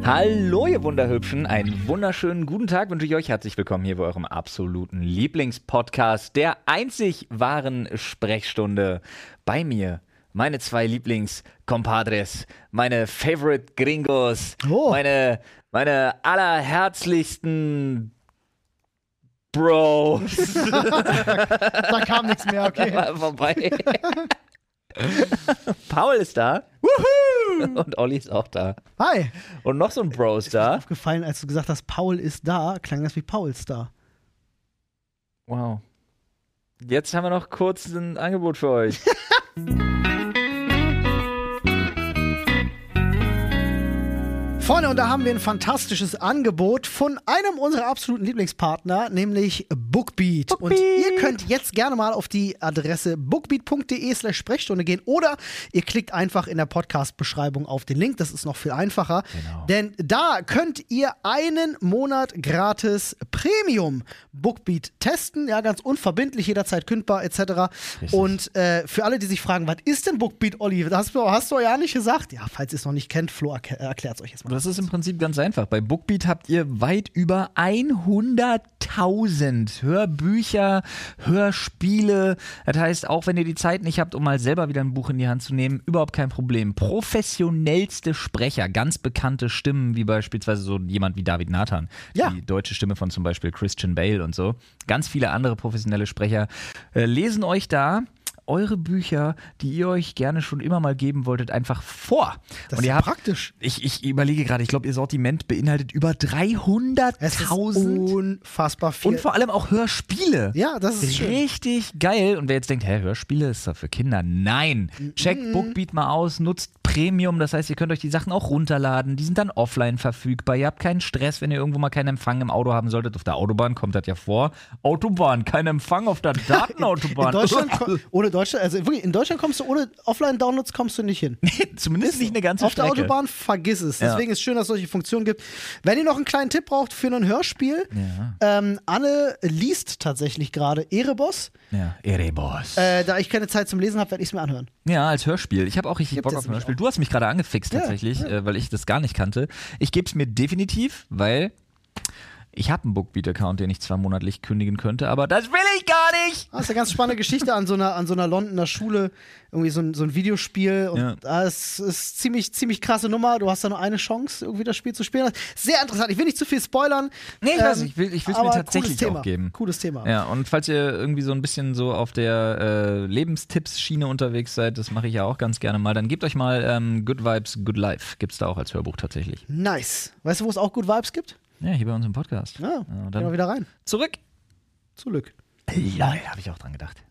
Hallo ihr Wunderhübschen, einen wunderschönen guten Tag wünsche ich euch. Herzlich willkommen hier bei eurem absoluten Lieblingspodcast, der einzig wahren Sprechstunde. Bei mir meine zwei Lieblingscompadres, meine Favorite Gringos, meine allerherzlichsten Bros. Da kam nichts mehr, okay. War vorbei. Paul ist da. Wuhu! Und Olli ist auch da. Hi. Und noch so ein Bro ist Mir da. aufgefallen, als du gesagt hast, Paul ist da, klang das wie Paul ist da. Wow. Jetzt haben wir noch kurz ein Angebot für euch. Freunde, und da haben wir ein fantastisches Angebot von einem unserer absoluten Lieblingspartner, nämlich Bookbeat. Und ihr könnt jetzt gerne mal auf die Adresse bookbeat.de/Sprechstunde gehen oder ihr klickt einfach in der Podcast-Beschreibung auf den Link. Das ist noch viel einfacher. Genau. Denn da könnt ihr einen Monat gratis Premium Bookbeat testen. Ja, ganz unverbindlich, jederzeit kündbar etc. Richtig. Und für alle, die sich fragen, was ist denn Bookbeat, Olli? Hast du ja nicht gesagt. Ja, falls ihr es noch nicht kennt, Flo erklärt es euch jetzt mal. Das ist im Prinzip ganz einfach. Bei Bookbeat habt ihr weit über 100.000 Hörbücher, Hörspiele. Das heißt, auch wenn ihr die Zeit nicht habt, um mal selber wieder ein Buch in die Hand zu nehmen, überhaupt kein Problem. Professionellste Sprecher, ganz bekannte Stimmen, wie beispielsweise so jemand wie David Nathan. Ja. Die deutsche Stimme von zum Beispiel Christian Bale und so. Ganz viele andere professionelle Sprecher lesen euch da eure Bücher, die ihr euch gerne schon immer mal geben wolltet, einfach vor. Das und ist ihr habt, praktisch. Ich überlege gerade, ich glaube, ihr Sortiment beinhaltet über 300.000. Es ist unfassbar viel. Und vor allem auch Hörspiele. Ja, das ist schön. Richtig geil. Und wer jetzt denkt, Hörspiele ist doch für Kinder. Nein. Checkt Bookbeat mal aus, nutzt Premium. Das heißt, ihr könnt euch die Sachen auch runterladen. Die sind dann offline verfügbar. Ihr habt keinen Stress, wenn ihr irgendwo mal keinen Empfang im Auto haben solltet. Auf der Autobahn kommt das ja vor. Autobahn, kein Empfang auf der Datenautobahn. In Deutschland, also wirklich, in Deutschland kommst du ohne Offline-Downloads kommst du nicht hin. Zumindest nicht eine ganze Auf Strecke. der Autobahn vergiss es. Ja. Deswegen ist es schön, dass es solche Funktionen gibt. Wenn ihr noch einen kleinen Tipp braucht für ein Hörspiel, Anne liest tatsächlich gerade Erebos. Ja, Erebos. Da ich keine Zeit zum Lesen habe, werde ich es mir anhören. Ja, als Hörspiel. Ich habe auch richtig Bock auf ein Hörspiel. Du hast mich gerade angefixt tatsächlich, weil ich das gar nicht kannte. Ich gebe es mir definitiv, weil ich habe einen Bookbeat-Account, den ich zwar monatlich kündigen könnte, aber das will ich gar nicht! Das ist eine ganz spannende Geschichte an so einer Londoner Schule. Irgendwie so ein Videospiel. Und das ist ziemlich krasse Nummer. Du hast da nur eine Chance, irgendwie das Spiel zu spielen. Sehr interessant. Ich will nicht zu viel spoilern. Nee, ich weiß nicht. Ich will es mir tatsächlich auch geben. Cooles Thema. Ja, und falls ihr irgendwie so ein bisschen so auf der Lebenstipps-Schiene unterwegs seid, das mache ich ja auch ganz gerne mal, dann gebt euch mal Good Vibes, Good Life. Gibt's da auch als Hörbuch tatsächlich. Nice. Weißt du, wo es auch Good Vibes gibt? Ja, hier bei uns im Podcast. Ja, und gehen wir wieder rein. Zurück. Zurück. Ja, habe ich auch dran gedacht.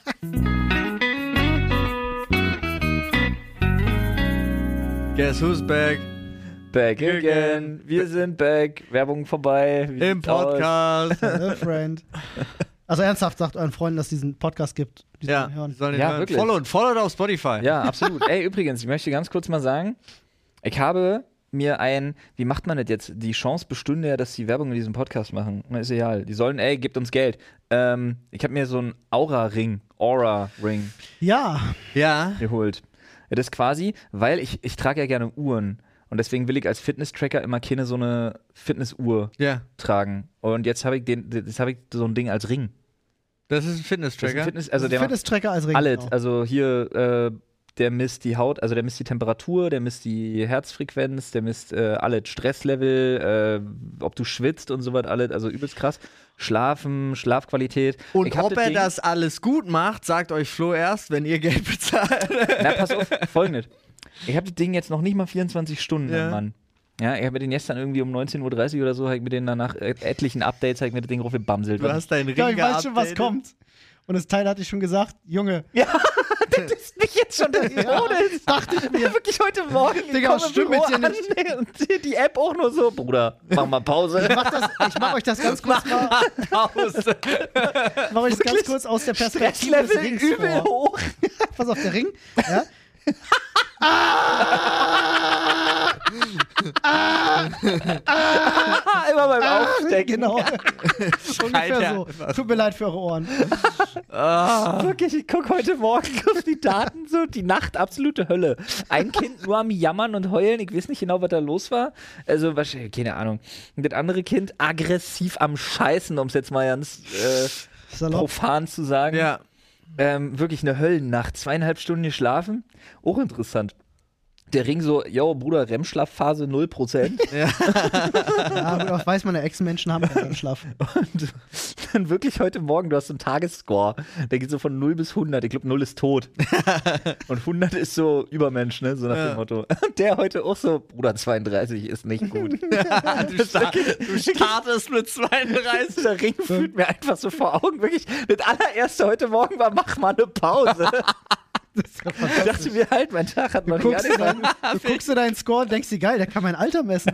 Guess who's back? Back again. Wir sind back. Werbung vorbei. Im Podcast. Friend. Also ernsthaft, sagt euren Freunden, dass es diesen Podcast gibt. Die sollen hören. Sollen den Ja, hören. wirklich. Followt auf Spotify. Ja, absolut. Ey, übrigens, ich möchte ganz kurz mal sagen, ich habe mir wie macht man das jetzt? Die Chance bestünde ja, dass sie Werbung in diesem Podcast machen. Na, ist egal. Die sollen, gebt uns Geld. Ich habe mir so einen Aura-Ring Ja. Ja. geholt. Das ist quasi, weil ich trage ja gerne Uhren. Und deswegen will ich als Fitness-Tracker immer keine so eine Fitnessuhr Ja. tragen. Und jetzt habe ich so ein Ding als Ring. Das ist ein Das ist Fitness-Tracker. ein der macht Fitness-Tracker als Ring. alles. Genau. Also hier, der misst die Haut, also der misst die Temperatur, der misst die Herzfrequenz, der misst alles, Stresslevel, ob du schwitzt und so was, alles, also übelst krass. Schlafen, Schlafqualität. Und Ich hab ob er Ding- das alles gut macht, sagt euch Flo erst, wenn ihr Geld bezahlt. Na, pass auf, folgendes. Ich habe das Ding jetzt noch nicht mal 24 Stunden, Ja. Mann. Ja, ich habe mir den gestern irgendwie um 19.30 Uhr oder so, habe ich mir den danach etlichen Updates, habe ich mir das Ding raufgebamselt. Du hast deinen Ring Ja, ich weiß schon, was geupdatet. kommt. Und das Teil hatte ich schon gesagt, Junge, Ja, das ist mich jetzt schon des Todes. dachte ich mir. Wirklich heute Morgen. Digga, was komm im stimmt mit Büro dir nicht? an, Und die App auch nur so, Bruder, mach mal Pause. Ich mach euch das ganz kurz mal. Pause. Mach euch das ganz kurz aus der Perspektive des Stresslevel Rings übel vor. hoch. Pass auf, der Ring. Ja? Immer beim Aufstecken. Genau. Ungefähr so. Tut mir leid für eure Ohren. Wirklich, ich gucke heute Morgen auf die Daten, so die Nacht, absolute Hölle. Ein Kind nur am Jammern und Heulen, ich weiß nicht genau, was da los war. Also, wahrscheinlich, keine Ahnung. Und das andere Kind aggressiv am Scheißen, um es jetzt mal ganz profan zu sagen. Ja. Wirklich eine Höllennacht, 2,5 Stunden geschlafen. Auch interessant. Der Ring so, yo, Bruder, REM-Schlafphase 0%. Ja, aber das weiß man, der Ex-Menschen haben keinen Schlaf. Und dann wirklich heute Morgen, du hast so einen Tagesscore. Der geht so von 0 bis 100. Ich glaube, 0 ist tot. Und 100 ist so Übermensch, ne? So nach dem Motto. Und der heute auch so, Bruder, 32 ist nicht gut. Du startest mit 32. Der Ring fühlt mir einfach so vor Augen. Wirklich, das allererste heute Morgen war, mach mal eine Pause. Ich dachte mir halt, mein Tag hat noch Du guckst du deinen Score und denkst dir, geil, der kann mein Alter messen.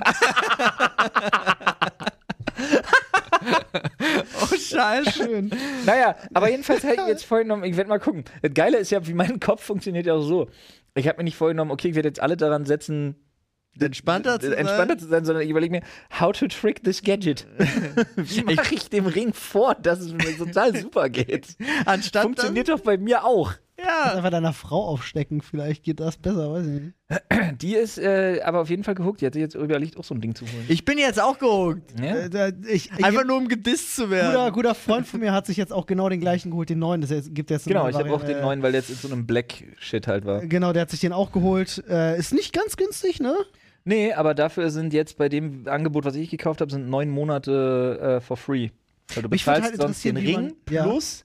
Oh, scheiße. Schön. Naja, aber jedenfalls hätte ich jetzt vorgenommen, ich werde mal gucken. Das Geile ist ja, wie mein Kopf funktioniert ja auch so. Ich habe mir nicht vorgenommen, okay, ich werde jetzt alle daran setzen, Entspannter zu sein, sondern ich überlege mir, how to trick this gadget. Wie mache ich dem Ring vor, dass es mir total super geht? Anstatt Funktioniert doch bei mir auch. Ja. Einfach deiner Frau aufstecken, vielleicht geht das besser, weiß ich nicht. Die ist aber auf jeden Fall gehuckt. Die hat sich jetzt überlegt, auch so ein Ding zu holen. Ich bin jetzt auch gehuckt. Ja? Einfach nur um gedisst zu werden. Guter Freund von mir hat sich jetzt auch genau den gleichen geholt, den neuen. Gibt jetzt Genau, ich habe auch den neuen, weil der jetzt in so einem Black-Shit halt war. Genau, der hat sich den auch geholt. Ist nicht ganz günstig, ne? Nee, aber dafür sind jetzt bei dem Angebot, was ich gekauft habe, sind 9 Monate for free. Weil du bezahlst sonst den Ring plus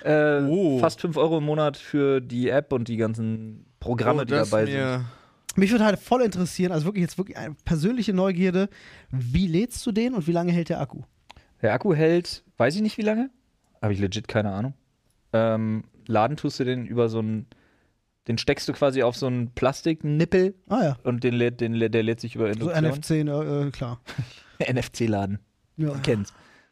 fast 5 Euro im Monat für die App und die ganzen Programme, die dabei sind. Mich würde halt voll interessieren, also wirklich eine persönliche Neugierde, wie lädst du den und wie lange hält der Akku? Der Akku hält, weiß ich nicht wie lange, habe ich legit keine Ahnung. Laden tust du den über so einen, den steckst du quasi auf so einen Plastiknippel und der lädt sich über Induktion. So NFC, klar. NFC-Laden, ja. du kennst.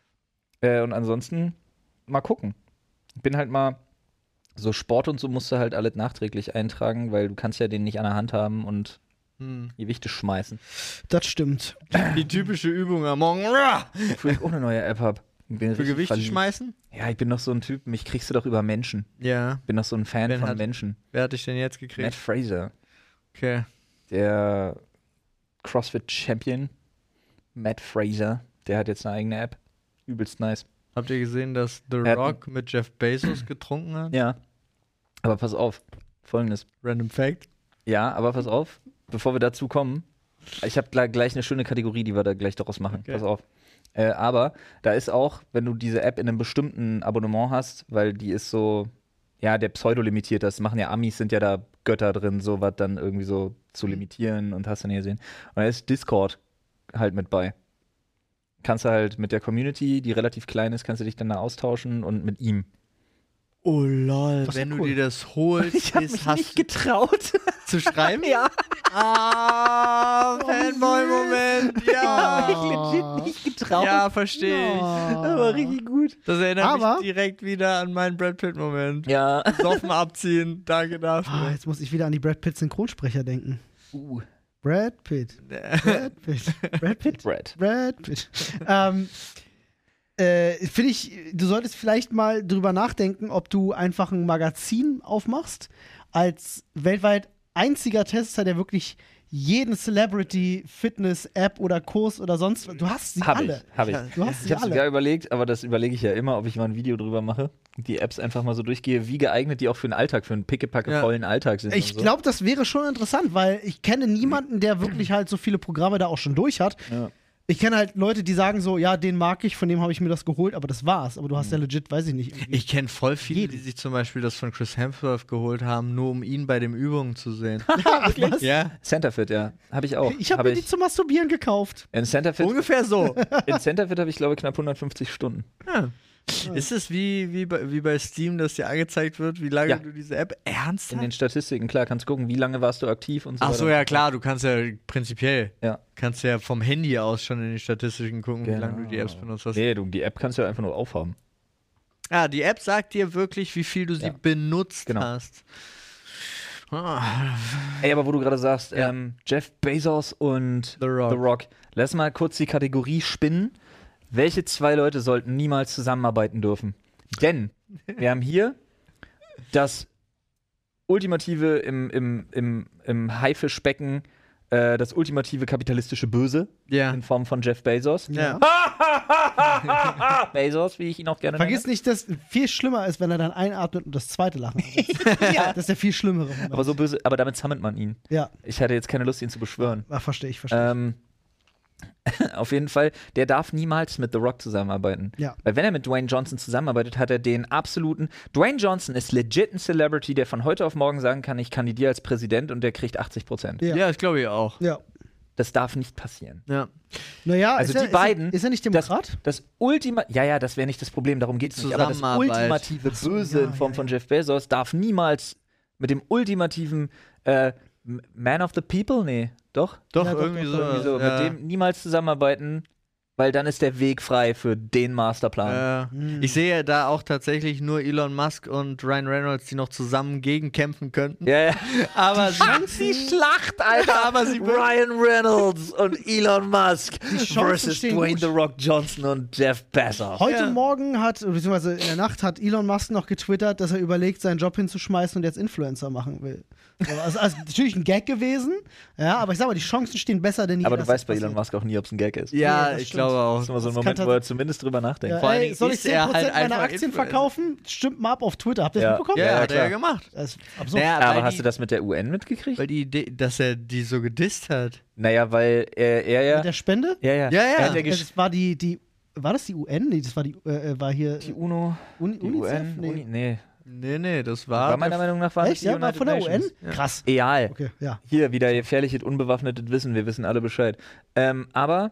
Und ansonsten mal gucken. Ich bin halt mal, so Sport und so musst du halt alles nachträglich eintragen, weil du kannst ja den nicht an der Hand haben und Gewichte schmeißen. Das stimmt. Die typische Übung am Morgen. Wofür ich auch eine neue App habe. Für Gewichte schmeißen? Ja, ich bin doch so ein Typ, mich kriegst du doch über Menschen. Ja. Ich bin doch so ein Fan von Menschen. Wer hat dich denn jetzt gekriegt? Matt Fraser. Okay. Der CrossFit-Champion. Matt Fraser. Der hat jetzt eine eigene App. Übelst nice. Habt ihr gesehen, dass The Rock mit Jeff Bezos getrunken hat? Ja. Aber pass auf. Folgendes. Random Fact. Ja, aber pass auf. Bevor wir dazu kommen. Ich habe gleich eine schöne Kategorie, die wir da gleich daraus machen. Okay. Pass auf. Aber da ist auch, wenn du diese App in einem bestimmten Abonnement hast, weil die ist so, ja, der pseudo-limitiert, das machen ja Amis, sind ja da Götter drin, so was dann irgendwie so zu limitieren und hast du nicht gesehen. Und da ist Discord halt mit bei. Kannst du halt mit der Community, die relativ klein ist, kannst du dich dann da austauschen und mit ihm. Oh lol, wenn du dir das holst, ich hab mich nicht getraut zu schreiben? Ja. Fanboy-Moment, ja. Ich hab mich legit nicht getraut. Ja, verstehe ich. Das war richtig gut. Das erinnert mich direkt wieder an meinen Brad Pitt-Moment. Ja. Soffen abziehen, danke dafür. Jetzt muss ich wieder an die Brad Pitt-Synchronsprecher denken. Brad Pitt. Brad Pitt. Brad Pitt? Brad Pitt. Finde ich, du solltest vielleicht mal drüber nachdenken, ob du einfach ein Magazin aufmachst, als weltweit einziger Tester, der wirklich jeden Celebrity-Fitness-App oder Kurs oder sonst was, du hast sie alle. Hab ich. Du hast sie Ich habe alle. sogar überlegt, aber das überlege ich ja immer, ob ich mal ein Video drüber mache, die Apps einfach mal so durchgehe, wie geeignet die auch für den Alltag, für einen pickepacke-vollen Alltag sind. Ich glaube, das wäre schon interessant, weil ich kenne niemanden, der wirklich halt so viele Programme da auch schon durch hat. Ja. Ich kenne halt Leute, die sagen so, ja, den mag ich, von dem habe ich mir das geholt, aber das war's. Aber du hast ja legit, weiß ich nicht. Ich kenne voll viele, die sich zum Beispiel das von Chris Hemsworth geholt haben, nur um ihn bei den Übungen zu sehen. Was? Ja. Centerfit, ja. Habe ich auch. Ich habe mir die zum Masturbieren gekauft. In Centerfit, Ungefähr so. in Centerfit habe ich, glaube ich, knapp 150 Stunden. Ja. Ist es wie bei Steam, dass dir angezeigt wird, wie lange du diese App ernsthaft? In den Statistiken, klar, kannst gucken, wie lange warst du aktiv und so Ach so, weiter. ja klar, du kannst ja prinzipiell, Ja. kannst ja vom Handy aus schon in den Statistiken gucken, wie lange du die Apps benutzt hast. Nee, die App kannst du ja einfach nur aufhaben. Die App sagt dir wirklich, wie viel du sie benutzt hast. Ey, aber wo du gerade sagst, Jeff Bezos und The Rock. Lass mal kurz die Kategorie spinnen. Welche 2 Leute sollten niemals zusammenarbeiten dürfen? Denn wir haben hier das ultimative im Haifischbecken, das ultimative kapitalistische Böse in Form von Jeff Bezos. Ja. Bezos, wie ich ihn auch gerne nenne. Vergiss nicht, dass viel schlimmer ist, wenn er dann einatmet und das zweite Lachen ersetzt. Das ist der viel schlimmere Moment. Aber so böse, aber damit sammelt man ihn. Ja. Ich hatte jetzt keine Lust, ihn zu beschwören. Verstehe ich. Auf jeden Fall, der darf niemals mit The Rock zusammenarbeiten. Ja. Weil wenn er mit Dwayne Johnson zusammenarbeitet, hat er den absoluten... Dwayne Johnson ist legit ein Celebrity, der von heute auf morgen sagen kann, ich kandidiere als Präsident und der kriegt 80%. Ja. Ja, das glaube ich auch. Ja. Das darf nicht passieren. Ja. Naja, Also die beiden... Ist er nicht Demokrat? Das das wäre nicht das Problem, darum geht es nicht. Aber das Zusammenarbeit. ultimative Böse in Form von Jeff Bezos darf niemals mit dem ultimativen Man of the People, nee, doch? Doch, Ja, doch, irgendwie doch, so. Mit dem niemals zusammenarbeiten, weil dann ist der Weg frei für den Masterplan. Ich sehe da auch tatsächlich nur Elon Musk und Ryan Reynolds, die noch zusammen gegenkämpfen könnten. Ja. Aber Die Schlacht, Alter! Aber sie Ryan Reynolds und Elon Musk Chancen versus stehen Dwayne gut. The Rock Johnson und Jeff Bezos. Heute Morgen beziehungsweise in der Nacht hat Elon Musk noch getwittert, dass er überlegt, seinen Job hinzuschmeißen und jetzt Influencer machen will. Also natürlich ein Gag gewesen, ja, aber ich sag mal, die Chancen stehen besser denn je. Aber du dass weißt das bei Elon passiert. Musk auch nie, ob es ein Gag ist. ja, das ich stimmt. glaube auch. Das ist immer so ein Das Moment, kann wo er zumindest drüber nachdenkt. Ja, Vor allen ey, Dingen soll ich ist er 10% halt meiner einfach Aktien Influencer. verkaufen? Stimmt mal ab auf Twitter. Habt ihr das Ja. mitbekommen? Ja, Ja, hat er ja klar. gemacht. Das ist absurd. Naja, Aber weil hast du das mit der UN mitgekriegt? Weil dass er die so gedisst hat. Naja, weil er ja. Mit der Spende? Ja. Ja. Er hat ja Das war war das die UN? Nee, das war war hier die UNO, die UNICEF? UN, nee. Nee, das War war. meiner Meinung nach war Echt? die Ja, war United von der Nations. UN? Krass. Egal. Okay, ja. Hier wieder gefährliches, unbewaffnetes Wissen. Wir wissen alle Bescheid. Aber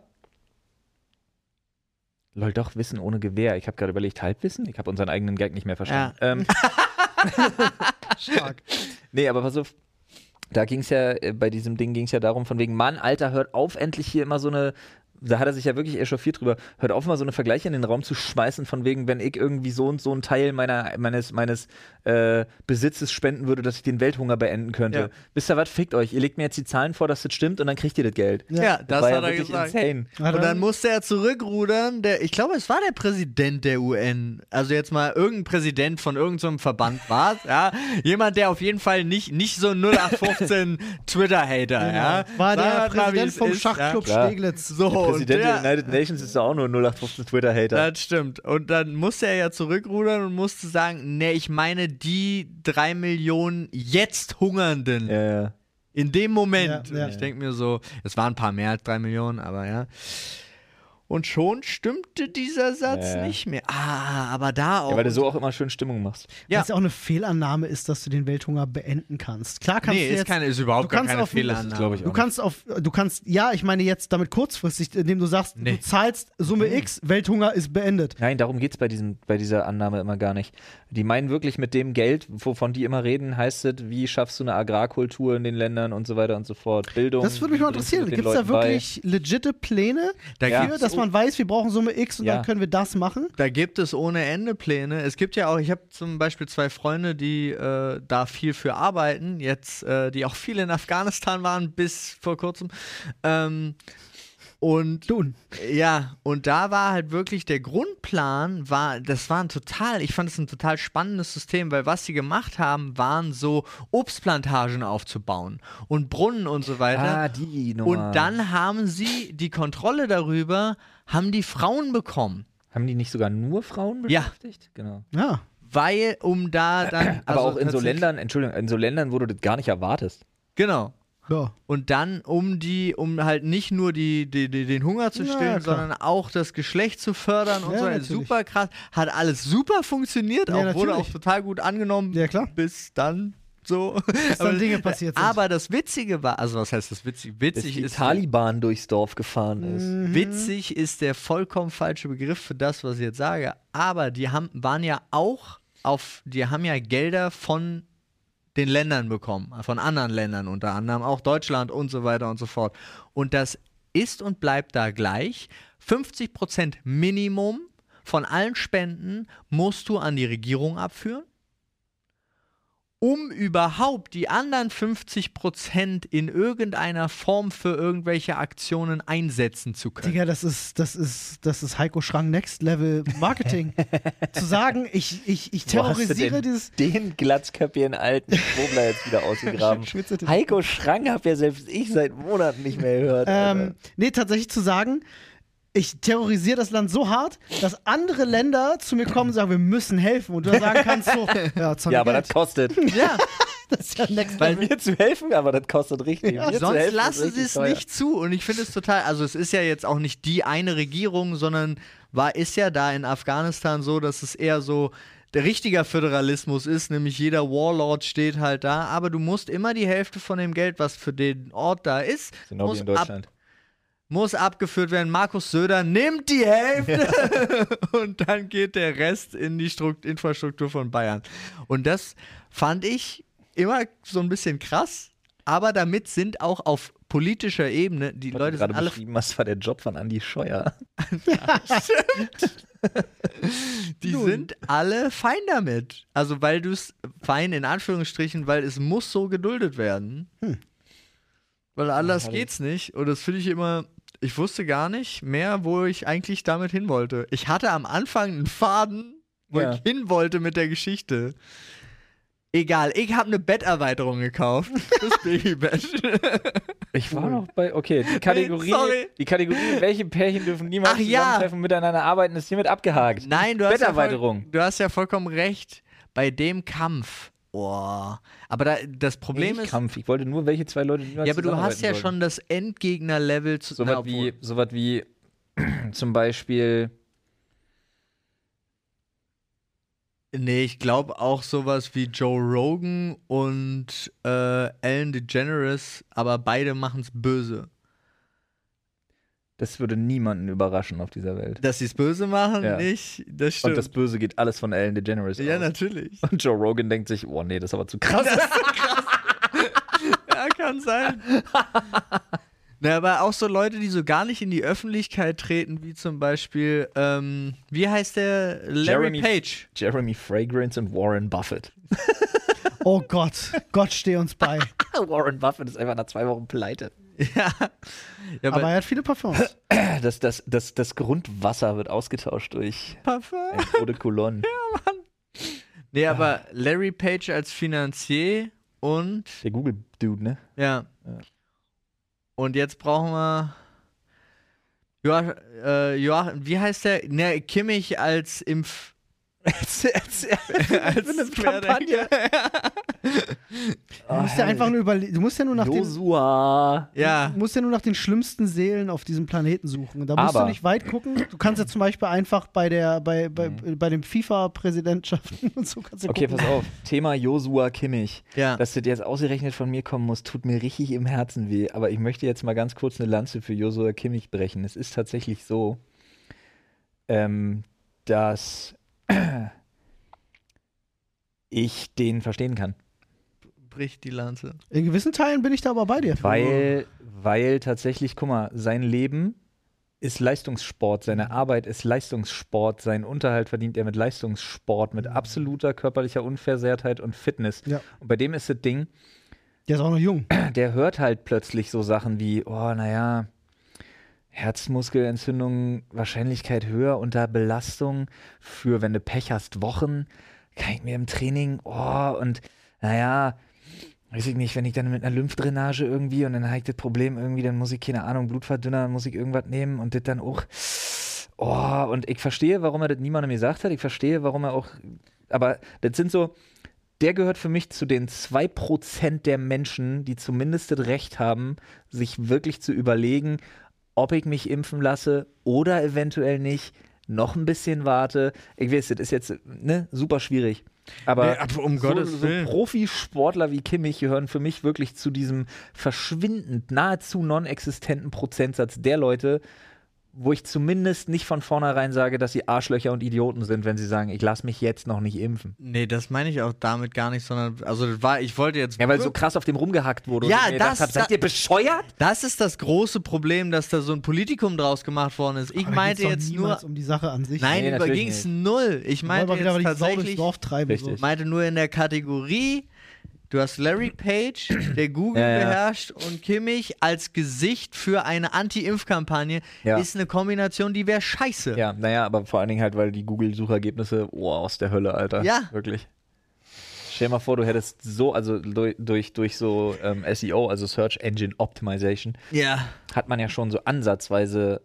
lol, doch Wissen ohne Gewehr. Ich habe gerade überlegt, Halbwissen? Ich habe unseren eigenen Gag nicht mehr verstanden. Stark. Nee, aber pass auf. Da ging es ja, bei diesem Ding ging es ja darum, von wegen, Mann, Alter, hört auf, endlich hier immer so eine, da hat er sich ja wirklich echauffiert drüber, hört auf, mal so eine Vergleiche in den Raum zu schmeißen, von wegen, wenn ich irgendwie so und so einen Teil meines Besitzes spenden würde, dass ich den Welthunger beenden könnte. Ja. Wisst ihr was, fickt euch. Ihr legt mir jetzt die Zahlen vor, dass das stimmt und dann kriegt ihr das Geld. Ja, das war hat ja er wirklich gesagt. insane. Und dann musste er zurückrudern. Ich glaube, es war der Präsident der UN. Also jetzt mal irgendein Präsident von irgendeinem Verband war es. Ja? Jemand, der auf jeden Fall nicht so ein 0815 Twitter-Hater. Ja? War der Sagen wir mal, wie Präsident es vom ist, Schachclub klar. Steglitz. So, Der Präsident und der United Nations ist ja auch nur 0815 Twitter-Hater. das stimmt. Und dann musste er ja zurückrudern und musste sagen, nee, ich meine die 3 Millionen jetzt Hungernden. Ja. In dem Moment. Ja, ja. Ich denke mir so, es waren ein paar mehr als 3 Millionen, aber ja. Und schon stimmte dieser Satz Ja. nicht mehr. Aber da auch. Ja, weil du so auch immer schön Stimmung machst. Ja. Was ja auch eine Fehlannahme ist, dass du den Welthunger beenden kannst. Klar kannst nee, du jetzt. ist überhaupt du gar kannst keine auf- Fehlannahme. das glaub ich auch. Du kannst, ja, ich meine jetzt damit kurzfristig, indem du sagst, Nee. du zahlst Summe X, Welthunger ist beendet. Nein, darum geht es bei dieser Annahme immer gar nicht. Die meinen wirklich mit dem Geld, wovon die immer reden, heißt es, wie schaffst du eine Agrarkultur in den Ländern und so weiter und so fort. Bildung. Das würde mich mal wie bringst du interessieren. den Gibt es da Leuten bei? wirklich legitte Pläne Da dafür, gibt's- dass man weiß, wir brauchen Summe X und Ja. dann können wir das machen? Da gibt es ohne Ende Pläne. Es gibt ja auch, ich habe zum Beispiel 2 Freunde, die da viel für arbeiten, jetzt, die auch viel in Afghanistan waren bis vor kurzem. Und Tun. ja, und da war halt wirklich der Grundplan, ich fand es ein total spannendes System, weil was sie gemacht haben, waren so Obstplantagen aufzubauen und Brunnen und so weiter. Die Nummer. Und dann haben sie die Kontrolle darüber, haben die Frauen bekommen. Haben die nicht sogar nur Frauen Ja. beschäftigt? Genau. Ja. Weil, um da dann. Aber also auch in so tatsächlich- Ländern, Entschuldigung, in so Ländern, wo du das gar nicht erwartest. Genau. Ja. Und dann, um halt nicht nur den Hunger zu Ja, stillen, klar. sondern auch das Geschlecht zu fördern und Ja, so. natürlich. Super krass. Hat alles super funktioniert, Ja, auch wurde auch natürlich. total gut angenommen. Ja, klar. Bis dann so. Bis dann Dinge passiert sind. Aber das Witzige war, also was heißt das Witzige? Bis Witzig die ist. Taliban durchs Dorf gefahren ist. Witzig ist der vollkommen falsche Begriff für das, was ich jetzt sage. Aber die haben ja Gelder von den Ländern bekommen, von anderen Ländern, unter anderem auch Deutschland und so weiter und so fort. Und das ist und bleibt da gleich. 50% Minimum von allen Spenden musst du an die Regierung abführen. um überhaupt die anderen 50% in irgendeiner Form für irgendwelche Aktionen einsetzen zu können. Digga, das ist Heiko Schrang Next Level Marketing. Zu sagen, ich terrorisiere dieses. Den glatzköpfigen alten Schwurbler jetzt wieder ausgegraben. Heiko Schrang hab ja selbst ich seit Monaten nicht mehr gehört. Nee, tatsächlich zu sagen, ich terrorisiere das Land so hart, dass andere Länder zu mir kommen und sagen, wir müssen helfen. Und du dann sagen kannst so, ja, aber das kostet. Ja. Das ist ja Next Weil Level. mir zu helfen, aber das kostet richtig. Ja, Sonst lassen sie es nicht zu. Und ich finde es total, also es ist ja jetzt auch nicht die eine Regierung, sondern ist ja da in Afghanistan so, dass es eher so der richtige Föderalismus ist, nämlich jeder Warlord steht halt da, aber du musst immer die Hälfte von dem Geld, was für den Ort da ist, Genau wie in Deutschland. muss abgeführt werden. Markus Söder nimmt die Hälfte und dann geht der Rest in die Infrastruktur von Bayern. Und das fand ich immer so ein bisschen krass, aber damit sind auch auf politischer Ebene die Leute sind alle. Was war der Job von Andi Scheuer? Die sind alle fein damit. Also weil du es fein in Anführungsstrichen, weil es muss so geduldet werden. Weil anders geht's nicht. Und das finde ich immer, ich wusste gar nicht mehr, wo ich eigentlich damit hin wollte. Ich hatte am Anfang einen Faden, wo ich hin wollte mit der Geschichte. Egal, ich habe eine Betterweiterung gekauft. Das Babybett. Ich war noch bei, okay, die Kategorie, welche Pärchen dürfen niemals zusammentreffen, miteinander arbeiten, ist hiermit abgehakt. Nein, du hast ja vollkommen recht. Bei dem Kampf. Oh. Aber das Problem ist. Kampf. Ich wollte nur, welche zwei Leute niemals Ja, aber du hast ja sollten. schon das Endgegner-Level zu. So was wie zum Beispiel. Nee, ich glaube auch sowas wie Joe Rogan und Ellen DeGeneres, aber beide machen es böse. Das würde niemanden überraschen auf dieser Welt. Dass sie es böse machen, Ja. nicht? Das stimmt. Und das Böse geht alles von Ellen DeGeneres Ja, aus. natürlich. Und Joe Rogan denkt sich, oh nee, das ist aber zu krass. Ja, kann sein. Na, aber auch so Leute, die so gar nicht in die Öffentlichkeit treten, wie zum Beispiel, wie heißt der? Larry Page. Jeremy Fragrance und Warren Buffett. Oh Gott, Gott steh uns bei. Warren Buffett ist einfach nach 2 Wochen pleite. Ja. Aber er hat viele Parfums. Das Grundwasser wird ausgetauscht durch Parfum. ein Eau de Cologne. Nee, aber Larry Page als Finanzier und Der Google-Dude, ne? ja. Und jetzt brauchen wir Joachim, wie heißt der? Ne, Kimmich als als Kampagne. Du musst ja einfach nur du musst ja nur nach Josua. Ja. Du musst ja nur nach den schlimmsten Seelen auf diesem Planeten suchen. Und da musst du nicht weit gucken. Du kannst ja zum Beispiel einfach bei dem FIFA-Präsidentschaften und so kannst du Okay, gucken. pass auf. Thema Josua Kimmich. Ja. Dass das jetzt ausgerechnet von mir kommen muss, tut mir richtig im Herzen weh. Aber ich möchte jetzt mal ganz kurz eine Lanze für Josua Kimmich brechen. Es ist tatsächlich so, dass ich den verstehen kann. Bricht die Lanze. In gewissen Teilen bin ich da aber bei dir. Weil tatsächlich, guck mal, sein Leben ist Leistungssport, seine Arbeit ist Leistungssport, seinen Unterhalt verdient er mit Leistungssport, mit absoluter körperlicher Unversehrtheit und Fitness. Ja. Und bei dem ist das Ding, Der ist auch noch jung. der hört halt plötzlich so Sachen wie, oh, naja, Herzmuskelentzündung, Wahrscheinlichkeit höher unter Belastung für, wenn du Pech hast, Wochen, kann ich mir im Training, und naja, weiß ich nicht, wenn ich dann mit einer Lymphdrainage irgendwie und dann habe ich das Problem irgendwie, dann muss ich, keine Ahnung, Blutverdünner, muss ich irgendwas nehmen und das dann auch, und ich verstehe, warum er das niemandem gesagt hat, ich verstehe, warum er auch, aber das sind so, der gehört für mich zu den 2% der Menschen, die zumindest das Recht haben, sich wirklich zu überlegen, ob ich mich impfen lasse oder eventuell nicht, noch ein bisschen warte. Ich weiß, das ist jetzt super schwierig. Aber Gottes Willen. Profisportler wie Kimmich gehören für mich wirklich zu diesem verschwindend, nahezu non-existenten Prozentsatz der Leute, wo ich zumindest nicht von vornherein sage, dass sie Arschlöcher und Idioten sind, wenn sie sagen, ich lasse mich jetzt noch nicht impfen. Nee, das meine ich auch damit gar nicht, sondern, also ich wollte jetzt. Ja, weil so krass auf dem rumgehackt wurde. Ja, und ich mir gedacht hab, seid ihr bescheuert? Das ist das große Problem, dass da so ein Politikum draus gemacht worden ist. Ich Aber meinte da geht's doch jetzt nur. niemals um die Sache an sich. Nein, Nee, über ging es null. Ich meinte wieder jetzt die Sau durchs tatsächlich. Dorf treiben. Richtig. So. Meinte nur in der Kategorie, Du hast Larry Page, der Google beherrscht, und Kimmich als Gesicht für eine Anti-Impf-Kampagne ist eine Kombination, die wäre scheiße. Ja, naja, aber vor allen Dingen halt, weil die Google-Suchergebnisse, aus der Hölle, Alter. Ja. Wirklich. Stell dir mal vor, du hättest so, also durch so SEO, also Search Engine Optimization, hat man ja schon so ansatzweise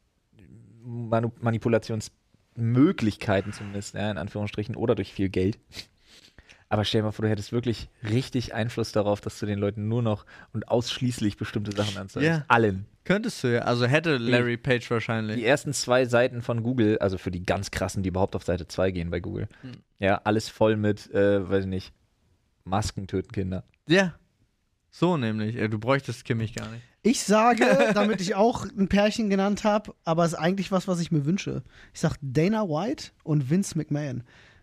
Manipulationsmöglichkeiten zumindest, in Anführungsstrichen, oder durch viel Geld. Aber stell dir mal vor, du hättest wirklich richtig Einfluss darauf, dass du den Leuten nur noch und ausschließlich bestimmte Sachen anzeigst. Ja. Allen. Könntest du ja. Also hätte Larry Page wahrscheinlich. Die ersten 2 Seiten von Google, also für die ganz krassen, die überhaupt auf Seite 2 gehen bei Google. Ja, alles voll mit, weiß ich nicht, Masken töten Kinder. Ja. So nämlich. Du bräuchtest Kimmich gar nicht. Ich sage, damit ich auch ein Pärchen genannt habe, aber es ist eigentlich was ich mir wünsche. Ich sag Dana White und Vince McMahon.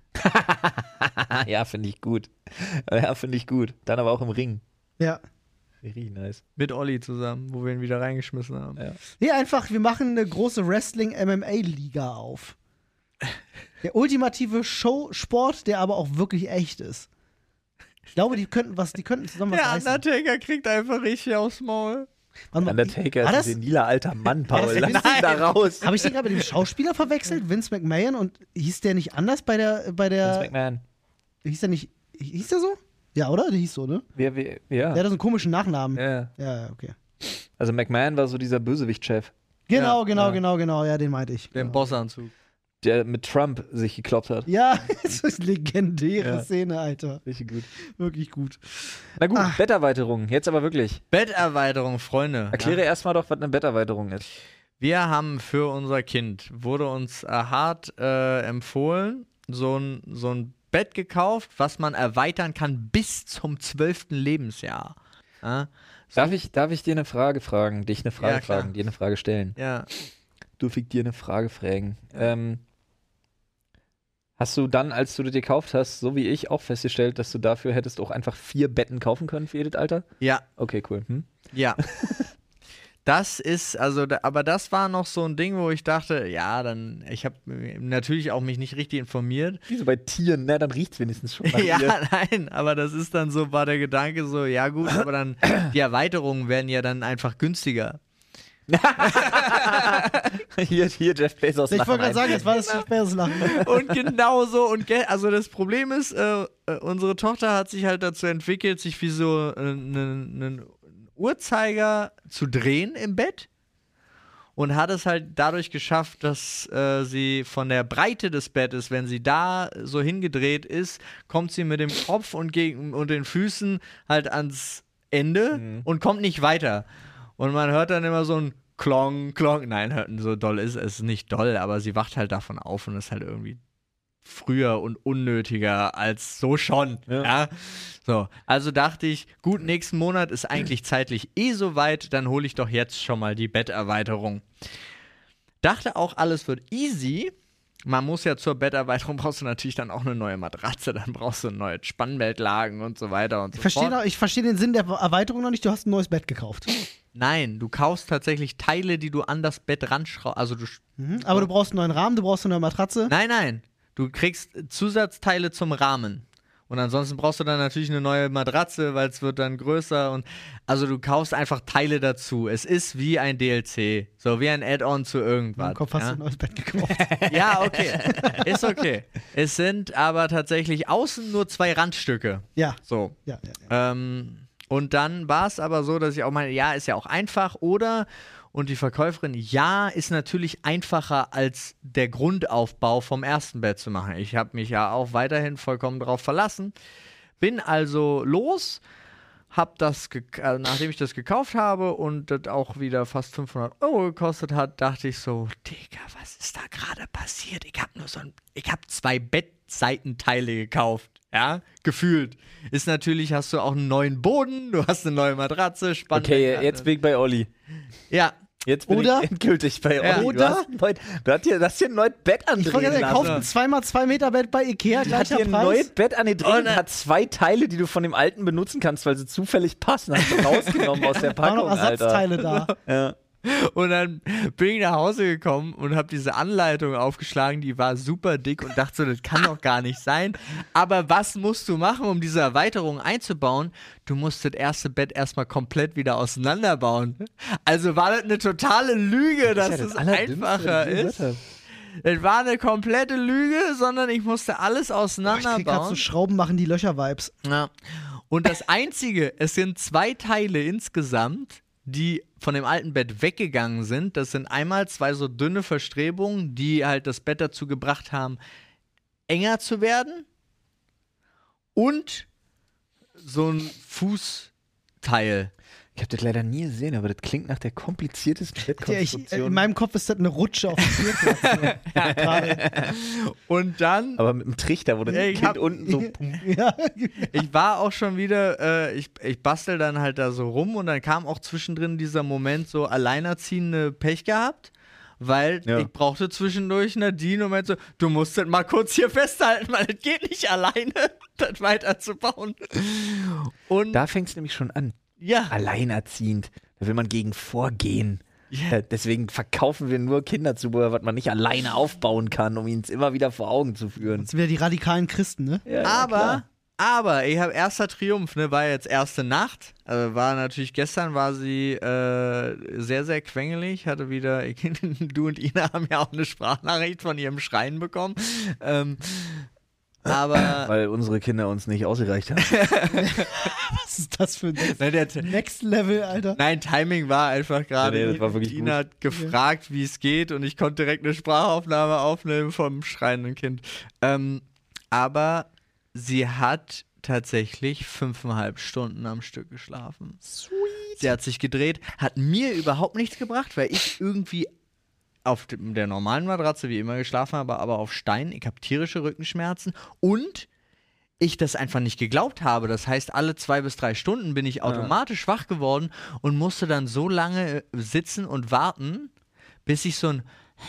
Ja, finde ich gut. Ja, finde ich gut. Dann aber auch im Ring. Ja. Richtig nice. Mit Olli zusammen, wo wir ihn wieder reingeschmissen haben. Ja. Nee, einfach, wir machen eine große Wrestling-MMA-Liga auf. Der ultimative Showsport, der aber auch wirklich echt ist. Ich glaube, die könnten zusammen was reißen. Der Undertaker kriegt einfach richtig aufs Maul. Undertaker ist ein seniler alter Mann, Paul. Lass ihn da raus. Habe ich den gerade mit dem Schauspieler verwechselt? Vince McMahon, und hieß der nicht anders bei der Vince McMahon. Hieß der so? Ja, oder? Der hieß so, ne? Ja. Der hatte so einen komischen Nachnamen. Ja, okay. Also McMahon war so dieser Bösewicht-Chef. Genau, ja, den meinte ich. Den Bossanzug. Der mit Trump sich gekloppt hat. Ja, das ist eine legendäre Szene, Alter. Richtig gut. Wirklich gut. Na gut, Betterweiterung. Jetzt aber wirklich. Betterweiterung, Freunde. Erkläre erstmal doch, was eine Betterweiterung ist. Wir haben für unser Kind, wurde uns hart empfohlen, so ein Bett gekauft, was man erweitern kann bis zum 12. Lebensjahr. Ja? So. Darf ich dir eine Frage fragen? Dir eine Frage stellen? Ja. Darf ich dir eine Frage fragen? Hast du dann, als du das gekauft hast, so wie ich, auch festgestellt, dass du dafür hättest auch einfach 4 Betten kaufen können für jedes Alter? Ja. Okay, cool. Ja. Das ist, aber das war noch so ein Ding, wo ich dachte, ich habe natürlich auch mich nicht richtig informiert. Wie so bei Tieren, ne? Dann riecht's wenigstens schon nach Ja, dir. nein, aber das ist dann so, war der Gedanke so, ja gut, aber dann, die Erweiterungen werden ja dann einfach günstiger. hier Jeff Bezos. Ich wollte gerade sagen, jetzt war das Jeff Bezos lachen. Und genau so, also das Problem ist, unsere Tochter hat sich halt dazu entwickelt, sich wie so einen Uhrzeiger zu drehen im Bett und hat es halt dadurch geschafft, dass sie von der Breite des Bettes, wenn sie da so hingedreht ist, kommt sie mit dem Kopf und den Füßen halt ans Ende und kommt nicht weiter. Und man hört dann immer so ein Klong, Klong. Nein, so doll ist es nicht doll, aber sie wacht halt davon auf und ist halt irgendwie früher und unnötiger als so schon. Ja. So, also dachte ich, gut, nächsten Monat ist eigentlich zeitlich so weit, dann hole ich doch jetzt schon mal die Betterweiterung. Dachte auch, alles wird easy. Man muss ja zur Betterweiterung, brauchst du natürlich dann auch eine neue Matratze, dann brauchst du neue Spannbettlagen und so weiter und so fort. Ich verstehe den Sinn der Erweiterung noch nicht, du hast ein neues Bett gekauft. Nein, du kaufst tatsächlich Teile, die du an das Bett ranschraubst. Also aber du brauchst einen neuen Rahmen, du brauchst eine neue Matratze. Nein. Du kriegst Zusatzteile zum Rahmen. Und ansonsten brauchst du dann natürlich eine neue Matratze, weil es wird dann größer. Und also du kaufst einfach Teile dazu. Es ist wie ein DLC. So wie ein Add-on zu irgendwas. Im Kopf hast du ein neues Bett gekauft. Ja, okay. Ist okay. Es sind aber tatsächlich außen nur 2 Randstücke. Ja. So. Ja. Und dann war es aber so, dass ich auch meine, ja, ist ja auch einfach, oder? Und die Verkäuferin, ja, ist natürlich einfacher als der Grundaufbau vom ersten Bett zu machen. Ich habe mich ja auch weiterhin vollkommen drauf verlassen. Bin also los, hab das, nachdem ich das gekauft habe und das auch wieder fast 500 € gekostet hat, dachte ich so, Digga, was ist da gerade passiert? Ich habe 2 Bettseitenteile gekauft. Ja, gefühlt. Ist natürlich, hast du auch einen neuen Boden, du hast eine neue Matratze, spannend. Okay, jetzt bin ich bei Olli. Ja. Jetzt bin ich endgültig bei Olli. Oder? Du hast hier ein neues Bett andrehen Ich wollte sagen, er kauft ein 2x2 Meter Bett bei Ikea, hat gleicher hier ein Preis. neues Bett angedreht und hat 2 Teile, die du von dem alten benutzen kannst, weil sie zufällig passen. Hast du rausgenommen aus der Packung, noch Ersatzteile Alter. da. Und dann bin ich nach Hause gekommen und habe diese Anleitung aufgeschlagen, die war super dick und dachte so, das kann doch gar nicht sein. Aber was musst du machen, um diese Erweiterung einzubauen? Du musst das erste Bett erstmal komplett wieder auseinanderbauen. Also war das eine totale Lüge, dass es einfacher ist. Es war eine komplette Lüge, sondern ich musste alles Ich auseinanderbauen. krieg grad so Schrauben machen die Löcher-Vibes. Ja. Und das Einzige, es sind 2 Teile insgesamt, die von dem alten Bett weggegangen sind. Das sind einmal 2 so dünne Verstrebungen, die halt das Bett dazu gebracht haben, enger zu werden. Und so ein Fußteil. Ich habe das leider nie gesehen, aber das klingt nach der kompliziertesten Ja, Bettkonstruktion. in meinem Kopf ist das eine Rutsche auf dem Spielplatz. Gerade. Und dann, aber mit einem Trichter, wo das Ja, ich Kind hab- unten so... Ja. ich war auch schon wieder, ich bastel dann halt da so rum und dann kam auch zwischendrin dieser Moment, so alleinerziehende Pech gehabt. Weil Ja. ich brauchte zwischendurch Nadine und meinte so, du musst das mal kurz hier festhalten, weil es geht nicht alleine, das weiterzubauen. Und Da fängt es nämlich schon an. ja, Alleinerziehend. Da will man gegen vorgehen. Ja. Deswegen verkaufen wir nur Kinderzubehör, was man nicht alleine aufbauen kann, um ihn immer wieder vor Augen zu führen. Das sind wieder die radikalen Christen, ne? Ja, ja, klar. aber ich habe erster Triumph, ne, war jetzt erste Nacht. Also war natürlich gestern war sie sehr, sehr quengelig. Hatte wieder, du und Ina haben ja auch eine Sprachnachricht von ihrem Schreien bekommen. Aber Weil unsere Kinder uns nicht ausgereicht haben. Was ist das für ein nein, Next Level, Alter? nein, Timing war einfach gerade. Nee, das war wirklich Ina hat gefragt, wie es geht und ich konnte direkt eine Sprachaufnahme aufnehmen vom schreienden Kind. Aber sie hat tatsächlich 5,5 Stunden am Stück geschlafen. Sweet. Sie hat sich gedreht, hat mir überhaupt nichts gebracht, weil ich irgendwie auf der normalen Matratze wie immer geschlafen habe, aber auf Stein. Ich habe tierische Rückenschmerzen und ich das einfach nicht geglaubt habe. Das heißt, alle 2 bis 3 Stunden bin ich automatisch wach geworden und musste dann so lange sitzen und warten, bis ich so ein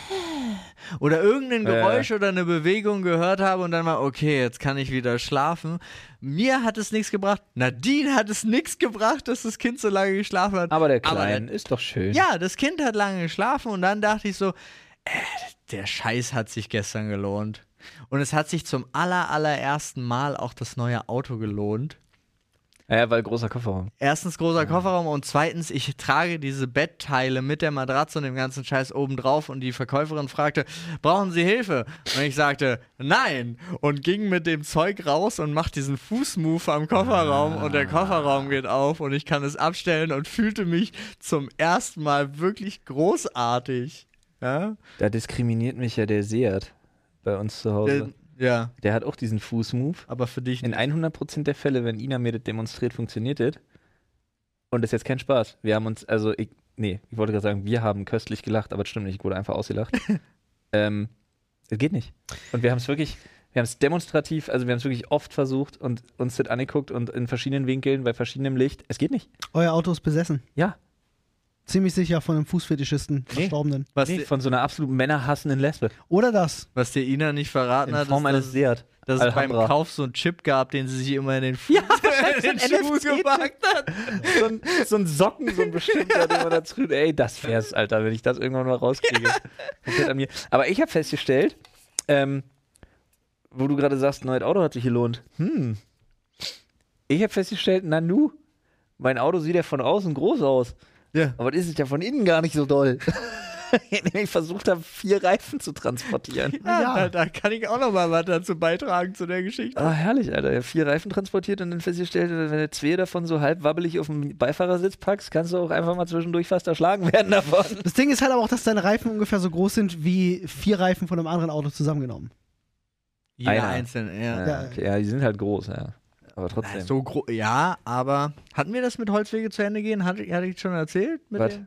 oder irgendein Geräusch oder eine Bewegung gehört habe und dann mal, okay, jetzt kann ich wieder schlafen. Mir hat es nichts gebracht. Nadine hat es nichts gebracht, dass das Kind so lange geschlafen hat. Aber der Kleine ist doch schön. Ja, das Kind hat lange geschlafen und dann dachte ich so, der Scheiß hat sich gestern gelohnt. Und es hat sich zum allerersten Mal auch das neue Auto gelohnt. Ja, weil großer Kofferraum. Erstens großer Kofferraum und zweitens, ich trage diese Bettteile mit der Matratze und dem ganzen Scheiß oben drauf und die Verkäuferin fragte, brauchen Sie Hilfe? Und ich sagte, nein und ging mit dem Zeug raus und macht diesen Fußmove am Kofferraum und der Kofferraum geht auf und ich kann es abstellen und fühlte mich zum ersten Mal wirklich großartig. Ja? Da diskriminiert mich ja der Seat bei uns zu Hause. Ja, Der hat auch diesen Fußmove. aber für dich In 100% der Fälle, wenn Ina mir das demonstriert, funktioniert das. Und das ist jetzt kein Spaß. Wir haben uns, ich wollte gerade sagen, wir haben köstlich gelacht, aber das stimmt nicht, ich wurde einfach ausgelacht. Das geht nicht. Und wir haben es demonstrativ, also wir haben es wirklich oft versucht und uns das angeguckt und in verschiedenen Winkeln, bei verschiedenem Licht. Es geht nicht. Euer Auto ist besessen. Ja. Ziemlich sicher von einem Fußfetischisten, Verstorbenen. was, Nee, von so einer absolut männerhassenden Lesbe. Oder das. was dir Ina nicht verraten In hat, Form ist, eines Seat. dass es beim Alhambra. Kauf so einen Chip gab, den sie sich immer in den Fuß in den Schuh gepackt hat. So ein Socken, so ein bestimmter, den man da drüben. Ey, das wär's, Alter, wenn ich das irgendwann mal rauskriege. Komplett an mir. Aber ich habe festgestellt, wo du gerade sagst, neues Auto hat sich gelohnt. Ich habe festgestellt, Nanu, mein Auto sieht ja von außen groß aus. Ja. Aber das ist ja von innen gar nicht so doll. Ich versucht habe, 4 Reifen zu transportieren. Ja, da kann ich auch noch mal was dazu beitragen zu der Geschichte. Ah, herrlich, Alter. Ich habe 4 Reifen transportiert und dann festgestellt, wenn du 2 davon so halb wabbelig auf dem Beifahrersitz packst, kannst du auch einfach mal zwischendurch fast erschlagen werden davon. Das Ding ist halt aber auch, dass deine Reifen ungefähr so groß sind wie 4 Reifen von einem anderen Auto zusammengenommen. Jeder Einer. einzelne, ja. Ja. Okay, ja, die sind halt groß, ja. Aber trotzdem. So ja, aber hatten wir das mit Holzwege zu Ende gehen? Hatte ich schon erzählt? Was?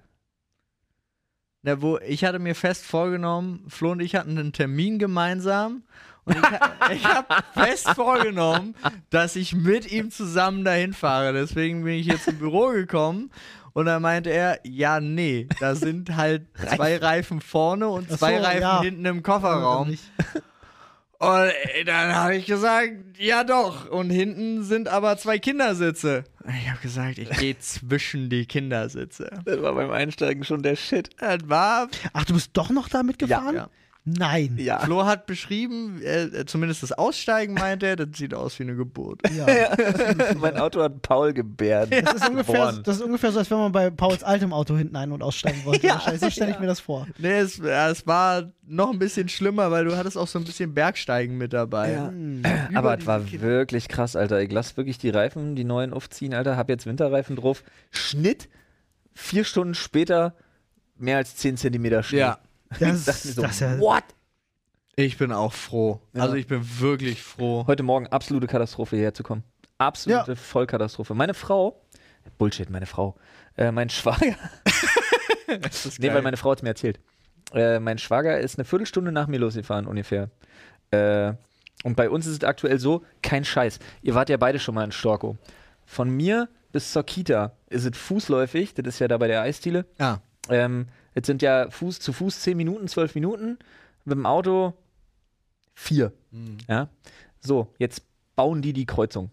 Ich hatte mir fest vorgenommen, Flo und ich hatten einen Termin gemeinsam und ich habe fest vorgenommen, dass ich mit ihm zusammen dahin fahre. Deswegen bin ich jetzt im Büro gekommen und dann meinte er, ja, nee, da sind halt 2 Reifen vorne und 2 Ach so, Reifen ja. hinten im Kofferraum. Und dann habe ich gesagt, ja doch. Und hinten sind aber 2 Kindersitze. Ich habe gesagt, ich gehe zwischen die Kindersitze. Das war beim Einsteigen schon der Shit. Das war... Ach, du bist doch noch damit gefahren? Ja. Nein. Ja. Flo hat beschrieben, zumindest das Aussteigen meinte er, das sieht aus wie eine Geburt. Ja. Mein Auto hat Paul gebärt. Das ist ungefähr so, als wenn man bei Pauls altem Auto hinten ein- und aussteigen wollte. Ja. Wahrscheinlich. So stelle ich mir das vor. Nee, es war noch ein bisschen schlimmer, weil du hattest auch so ein bisschen Bergsteigen mit dabei. Ja. Aber es war wirklich krass, Alter. Ich lasse wirklich die Reifen, die neuen aufziehen, Alter. Hab jetzt Winterreifen drauf. Schnitt, 4 Stunden später mehr als 10 Zentimeter Schnee. Ja. Das, dachte mir so, das ja, what? Ich bin auch froh. Ja. Also ich bin wirklich froh. Heute Morgen absolute Katastrophe, hierher zu kommen. Absolute Vollkatastrophe. Meine Frau, Bullshit, meine Frau, mein Schwager, nee, weil meine Frau hat es mir erzählt. Mein Schwager ist eine Viertelstunde nach mir losgefahren, ungefähr. Und bei uns ist es aktuell so, kein Scheiß. Ihr wart ja beide schon mal in Storkow. Von mir bis zur Kita ist es fußläufig, das ist ja da bei der Eisdiele. Ah. Jetzt sind ja zu Fuß 10 Minuten, 12 Minuten, mit dem Auto 4. Ja? So, jetzt bauen die Kreuzung.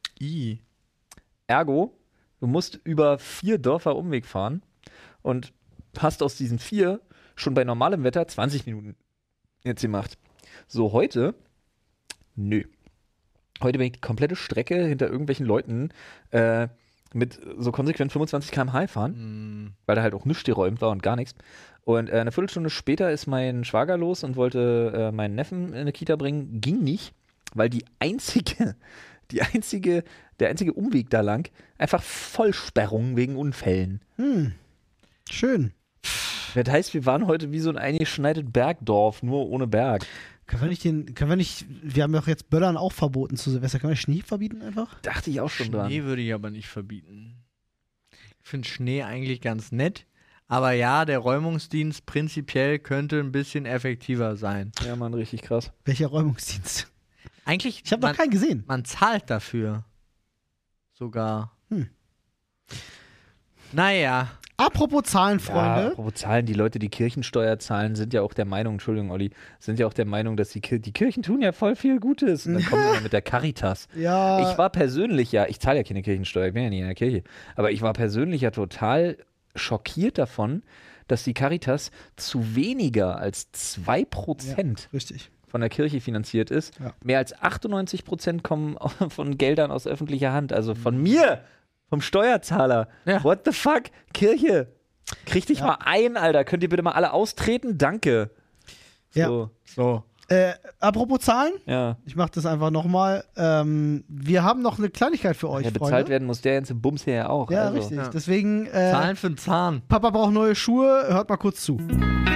Ergo, du musst über 4 Dörfer Umweg fahren und hast aus diesen 4 schon bei normalem Wetter 20 Minuten jetzt gemacht. So, heute, nö. Heute bin ich die komplette Strecke hinter irgendwelchen Leuten mit so konsequent 25 km/h fahren, weil da halt auch nichts geräumt war und gar nichts. Und eine Viertelstunde später ist mein Schwager los und wollte meinen Neffen in eine Kita bringen. Ging nicht, weil der einzige Umweg da lang einfach Vollsperrung wegen Unfällen. schön. Das heißt, wir waren heute wie so ein eingeschneites Bergdorf, nur ohne Berg. Wir haben doch jetzt Böllern auch verboten zu Silvester. Können wir Schnee verbieten einfach? Dachte ich auch schon dran. Schnee würde ich aber nicht verbieten. Ich finde Schnee eigentlich ganz nett. Aber ja, der Räumungsdienst prinzipiell könnte ein bisschen effektiver sein. Ja, Mann, richtig krass. Welcher Räumungsdienst? Eigentlich, Ich habe noch keinen gesehen. man zahlt dafür. Sogar. Naja. Apropos Zahlen, Ja, Freunde. apropos Zahlen, die Leute, die Kirchensteuer zahlen, sind ja auch der Meinung, Entschuldigung, Olli, sind ja auch der Meinung, dass die Kirchen tun ja voll viel Gutes. Und dann kommen sie mal mit der Caritas. Ja. Ich war persönlich ich zahle ja keine Kirchensteuer, ich bin ja nicht in der Kirche, aber ich war persönlich ja total schockiert davon, dass die Caritas zu weniger als 2% Richtig. von der Kirche finanziert ist. Ja. Mehr als 98% kommen von Geldern aus öffentlicher Hand, also von mir, vom Steuerzahler. Ja. What the fuck? Kirche, krieg dich mal ein, Alter. Könnt ihr bitte mal alle austreten? Danke. So. So. Apropos Zahlen, Ja. ich mache das einfach nochmal. Wir haben noch eine Kleinigkeit für euch, Ja, bezahlt Freunde. werden muss der ganze Bums hier ja auch. Ja, also. richtig. Ja. Deswegen, Zahlen für den Zahn. Papa braucht neue Schuhe. Hört mal kurz zu.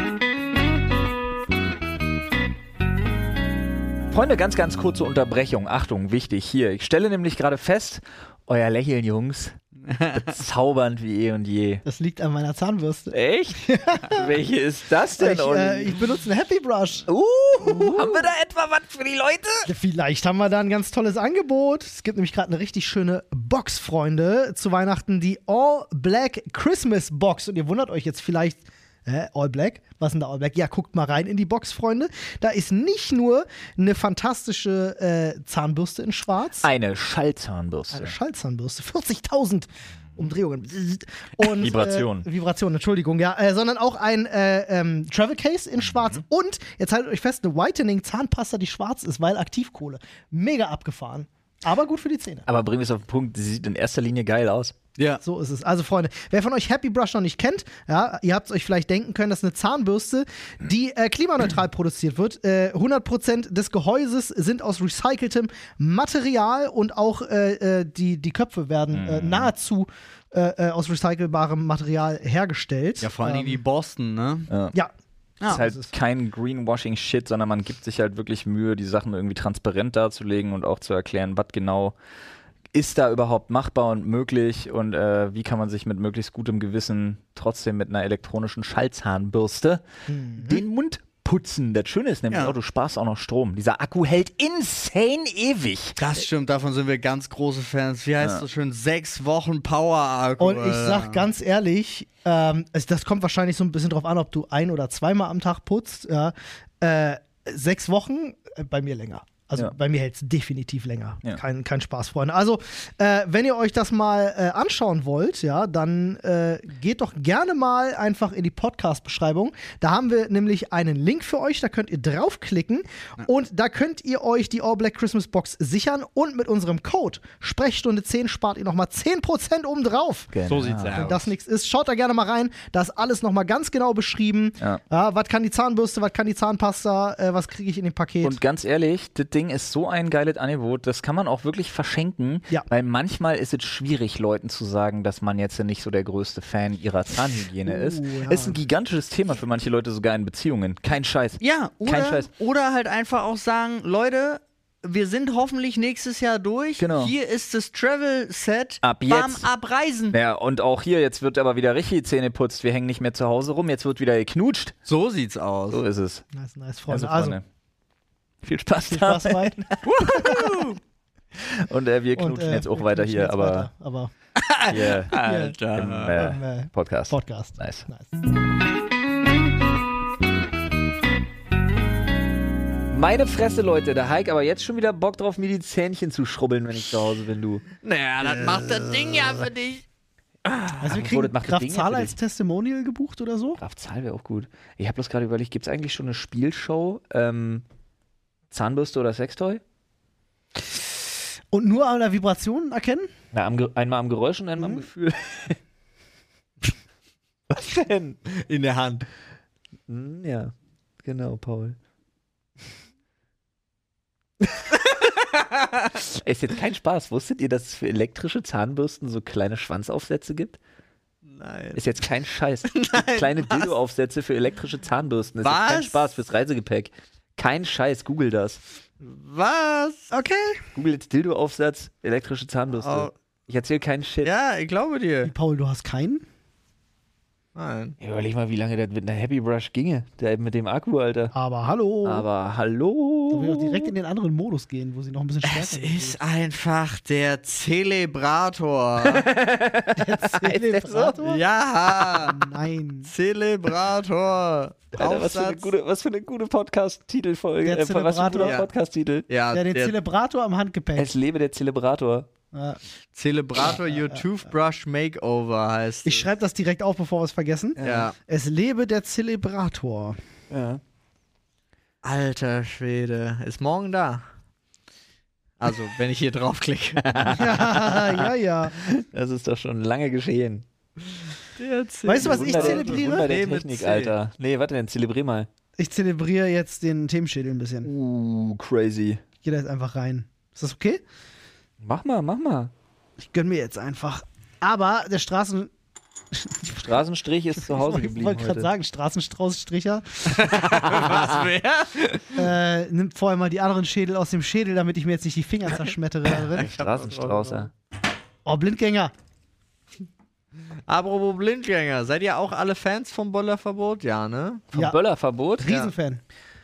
Freunde, ganz, ganz kurze Unterbrechung. Achtung, wichtig hier. Ich stelle nämlich gerade fest, euer Lächeln, Jungs, bezaubernd wie eh und je. Das liegt an meiner Zahnbürste. Echt? Welche ist das denn, Olli? Ich benutze einen Happy Brush. Haben wir da etwa was für die Leute? Vielleicht haben wir da ein ganz tolles Angebot. Es gibt nämlich gerade eine richtig schöne Box, Freunde, zu Weihnachten, die All Black Christmas Box. Und ihr wundert euch jetzt vielleicht, All Black? Was ist denn da All Black? Ja, guckt mal rein in die Box, Freunde. Da ist nicht nur eine fantastische Zahnbürste in schwarz. Eine Schallzahnbürste. Eine Schallzahnbürste. 40.000 Umdrehungen. Und, Vibration. Vibration, Entschuldigung, ja. Sondern auch ein Travel Case in schwarz. Und, jetzt haltet euch fest, eine Whitening Zahnpasta, die schwarz ist, weil Aktivkohle. Mega abgefahren. Aber gut für die Zähne. Aber bringen wir es auf den Punkt, sie sieht in erster Linie geil aus. Ja. So ist es. Also, Freunde, wer von euch Happy Brush noch nicht kennt, ja, ihr habt es euch vielleicht denken können, das ist eine Zahnbürste, die klimaneutral produziert wird. 100% des Gehäuses sind aus recyceltem Material und auch die Köpfe werden nahezu aus recycelbarem Material hergestellt. Ja, vor allen Dingen die Borsten, ne? Ja. Das ist halt kein Greenwashing-Shit, sondern man gibt sich halt wirklich Mühe, die Sachen irgendwie transparent darzulegen und auch zu erklären, was genau ist da überhaupt machbar und möglich und wie kann man sich mit möglichst gutem Gewissen trotzdem mit einer elektronischen Schallzahnbürste den Mund putzen. Das Schöne ist nämlich auch, du sparst auch noch Strom. Dieser Akku hält insane ewig. Das stimmt, davon sind wir ganz große Fans. Wie heißt das schön? 6 Wochen Power-Akku. Und ich sag ganz ehrlich, das kommt wahrscheinlich so ein bisschen drauf an, ob du 1- oder zweimal am Tag putzt. Ja. 6 Wochen bei mir länger. Also Ja. bei mir hält es definitiv länger. Ja. Kein Spaß, Freunde. Also, wenn ihr euch das mal anschauen wollt, ja, dann geht doch gerne mal einfach in die Podcast-Beschreibung. Da haben wir nämlich einen Link für euch, da könnt ihr draufklicken und da könnt ihr euch die All Black Christmas Box sichern und mit unserem Code Sprechstunde 10 spart ihr nochmal 10% oben drauf. Genau. So sieht's Wenn aus. das nichts ist, schaut da gerne mal rein. Da ist alles nochmal ganz genau beschrieben. Ja. Was kann die Zahnbürste, was kann die Zahnpasta, was kriege ich in dem Paket. Und ganz ehrlich, das Ding ist so ein geiles Angebot, das kann man auch wirklich verschenken, Ja. weil manchmal ist es schwierig, Leuten zu sagen, dass man jetzt nicht so der größte Fan ihrer Zahnhygiene ist. ja. Ist ein gigantisches Thema für manche Leute sogar in Beziehungen. Kein Scheiß. Ja, Kein Scheiß. oder halt einfach auch sagen, Leute, wir sind hoffentlich nächstes Jahr durch. Genau. Hier ist das Travel-Set. Ab Bam, jetzt. abreisen. Ja, und auch hier, jetzt wird aber wieder richtig Zähne putzt. Wir hängen nicht mehr zu Hause rum, jetzt wird wieder geknutscht. So sieht's aus. So ist es. Nice, Freunde. Also, viel Spaß viel Spaß dabei. dabei. Und wir Und, knutschen jetzt auch wir weiter knutschen hier, jetzt aber weiter, aber hier Alter. im Podcast. Podcast. Nice. Meine Fresse, Leute, der Heik aber jetzt schon wieder Bock drauf, mir die Zähnchen zu schrubbeln, wenn ich zu Hause bin, du. Naja, das macht das Ding ja für dich. Also wir Obwohl, kriegen das macht das Graf Ding ja Zahl für als dich. Testimonial gebucht oder so? Graf Zahl wäre auch gut. Ich habe bloß gerade überlegt, gibt es eigentlich schon eine Spielshow? Zahnbürste oder Sextoy? Und nur an der Vibration erkennen? Na, einmal am Geräusch und einmal am Gefühl. Was denn? In der Hand. Ja, genau, Paul. Ist jetzt kein Spaß. Wusstet ihr, dass es für elektrische Zahnbürsten so kleine Schwanzaufsätze gibt? Nein. Ist jetzt kein Scheiß. Es gibt kleine Dildo-Aufsätze für elektrische Zahnbürsten. Das ist jetzt kein Was? Spaß fürs Reisegepäck. Kein Scheiß, google das. Was? Okay. Google jetzt Dildo-Aufsatz, elektrische Zahnbürste. Oh. Ich erzähle keinen Shit. Ja, ich glaube dir. Paul, du hast keinen? Nein. Ja, überleg mal, wie lange das mit einer Happy Brush ginge. Der mit dem Akku, Alter. Aber hallo. Aber hallo. Da will ich auch direkt in den anderen Modus gehen, wo sie noch ein bisschen stärker Es ist einfach der Zelebrator. Zelebrator? Ja. Nein. Zelebrator. Alter, was für eine gute Podcast-Titelfolge. Der Was für ein Zelebrator. guter Ja. Podcast-Titel. Ja, Ja, den der Zelebrator am Handgepäck. Es lebe der Zelebrator. Ja. Celebrator Your Toothbrush Makeover heißt Ich es. schreibe das direkt auf, bevor wir es vergessen. Ja. Es lebe der Zelebrator. Ja. Alter Schwede. Ist morgen da. Also, wenn ich hier draufklicke. ja. Das ist doch schon lange geschehen. Weißt du, was ich Wunder zelebriere? der Nee, mit Technik, C. Alter. Nee, warte denn, zelebrier mal. Ich zelebriere jetzt den Themenschädel ein bisschen. Crazy. Ich gehe da jetzt einfach rein. Ist das okay? Mach mal. Ich gönn mir jetzt einfach. Aber der Straßenstrich ist zu Hause Ich geblieben wollte gerade heute. sagen, Straßenstraußstricher Was wäre? nimmt vorher mal die anderen Schädel aus dem Schädel, damit ich mir jetzt nicht die Finger zerschmettere da drin. Straßenstraußer. Oh, Blindgänger. Apropos Blindgänger. Seid ihr auch alle Fans vom Bollerverbot? Ja, ne? Vom Ja. Böllerverbot? Riesenfan.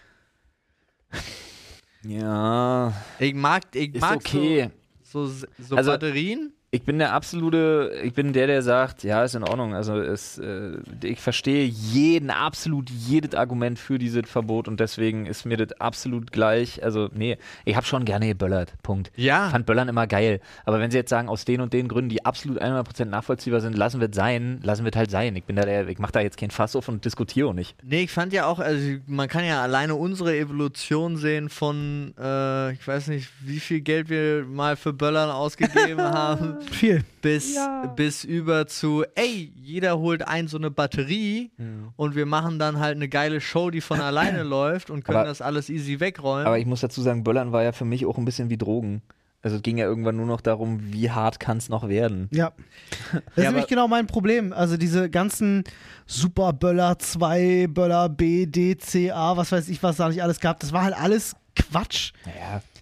Ja, Ich mag okay. so Also- Batterien. Ich bin der sagt, ja, ist in Ordnung. Also ich verstehe absolut jedes Argument für dieses Verbot und deswegen ist mir das absolut gleich. Also nee, ich habe schon gerne geböllert, Punkt. Ja. Ich fand Böllern immer geil. Aber wenn sie jetzt sagen, aus den und den Gründen, die absolut 100% nachvollziehbar sind, lassen wir es halt sein. Ich mache da jetzt kein Fass auf und diskutiere auch nicht. Nee, ich fand ja auch, also man kann ja alleine unsere Evolution sehen von, ich weiß nicht, wie viel Geld wir mal für Böllern ausgegeben haben, Viel. bis über zu, ey, jeder holt so eine Batterie und wir machen dann halt eine geile Show, die von alleine läuft und können Aber- das alles easy wegräumen. Aber ich muss dazu sagen, Böllern war ja für mich auch ein bisschen wie Drogen. Also es ging ja irgendwann nur noch darum, wie hart kann es noch werden. Ja. Das ist Ja, nämlich aber- genau mein Problem. Also diese ganzen Superböller 2, Böller B, D, C, A, was weiß ich, was da nicht alles gab, das war halt alles Quatsch. Naja,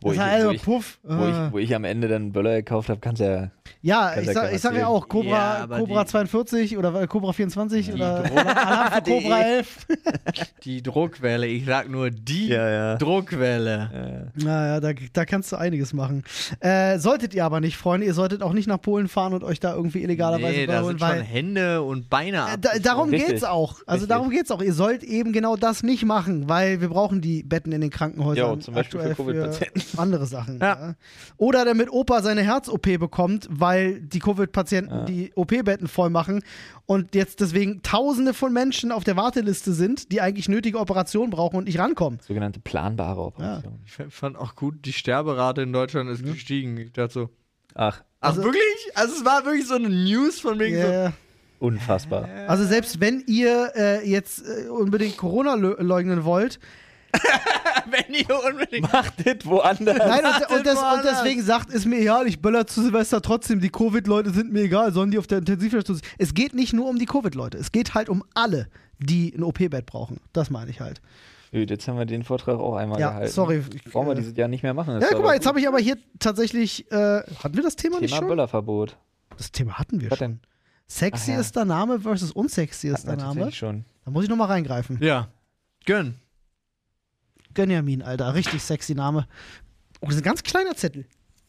Wo Das ich, war wo, also ich, Puff. wo ich am Ende dann einen Böller gekauft habe, kannst ja. Ja, Kannst ich ja sag ja erzählen. auch, Cobra, Ja, aber Cobra die- 42 oder Cobra 24 oder Druck- Alarm für Die- Cobra 11. Die Druckwelle, ich sag nur die Ja. Druckwelle. Naja, da kannst du einiges machen. Solltet ihr aber nicht, Freunde, ihr solltet auch nicht nach Polen fahren und euch da irgendwie illegalerweise Nee, da überholen, sind schon weil Hände und Beine ab. darum Richtig. geht's auch. Also Richtig. darum geht's auch. Ihr sollt eben genau das nicht machen, weil wir brauchen die Betten in den Krankenhäusern Jo, zum Beispiel für aktuell Covid-Patienten. andere Sachen. Ja. Ja. Oder damit Opa seine Herz-OP bekommt, weil die Covid-Patienten die OP-Betten voll machen und jetzt deswegen Tausende von Menschen auf der Warteliste sind, die eigentlich nötige Operationen brauchen und nicht rankommen. Sogenannte planbare Operation. Ich fand auch gut, die Sterberate in Deutschland ist gestiegen. Ich dachte so, Ach, ach wirklich? Also es war wirklich so eine News von wegen so, Yeah. unfassbar. Also selbst wenn ihr jetzt unbedingt Corona leugnen wollt, wenn ihr unbedingt... Macht das woanders. nein, und woanders. deswegen sagt, ist mir egal, ich böller zu Silvester trotzdem, die Covid-Leute sind mir egal, sollen die auf der Intensivstation. Es geht nicht nur um die Covid-Leute, es geht halt um alle, die ein OP-Bett brauchen. Das meine ich halt. Gut, jetzt haben wir den Vortrag auch einmal Ja, gehalten. sorry. Brauchen wir dieses Jahr nicht mehr machen. Ja, guck mal, jetzt habe ich aber hier tatsächlich, hatten wir das Thema nicht Thema schon? Böllerverbot. Das Thema hatten wir Was schon. denn? Sexy Ach ja. ist der Name versus unsexy ist Hatten der wir Name. tatsächlich schon. Da muss ich nochmal reingreifen. Ja, gönn. Gönjamin, Alter, richtig sexy Name. Oh, das ist ein ganz kleiner Zettel.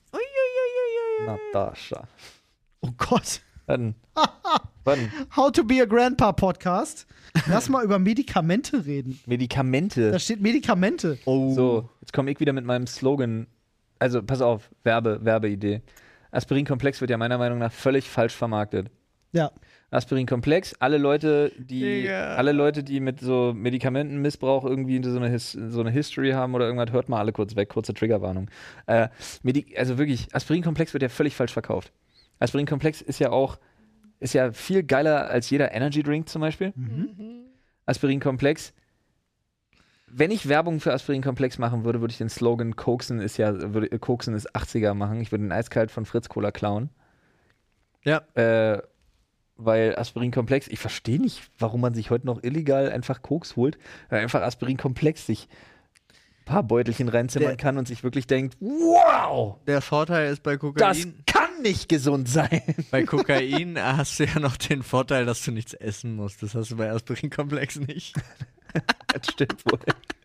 Natascha. Oh Gott. Wann? How to be a Grandpa Podcast. Lass mal über Medikamente reden. Medikamente. Da steht Medikamente. Oh. So, jetzt komme ich wieder mit meinem Slogan. Also, pass auf, Werbeidee. Aspirinkomplex wird ja meiner Meinung nach völlig falsch vermarktet. Ja. Aspirinkomplex, alle Leute, die Digga. mit so Medikamentenmissbrauch irgendwie so eine History haben oder irgendwas, hört mal alle kurz weg, kurze Triggerwarnung. Also wirklich, Aspirinkomplex wird ja völlig falsch verkauft. Aspirinkomplex ist ja viel geiler als jeder Energy Drink zum Beispiel. Aspirinkomplex. Wenn ich Werbung für Aspirinkomplex machen würde, würde ich den Slogan Koksen ist 80er machen. Ich würde den eiskalt von Fritz Cola klauen. Ja. Weil Aspirinkomplex, ich verstehe nicht, warum man sich heute noch illegal einfach Koks holt, weil einfach Aspirinkomplex sich ein paar Beutelchen reinzimmern kann und sich wirklich denkt, wow, Der Vorteil ist bei das Kokain, kann nicht gesund sein. bei Kokain hast du ja noch den Vorteil, dass du nichts essen musst. Das hast du bei Aspirinkomplex nicht. Das stimmt wohl.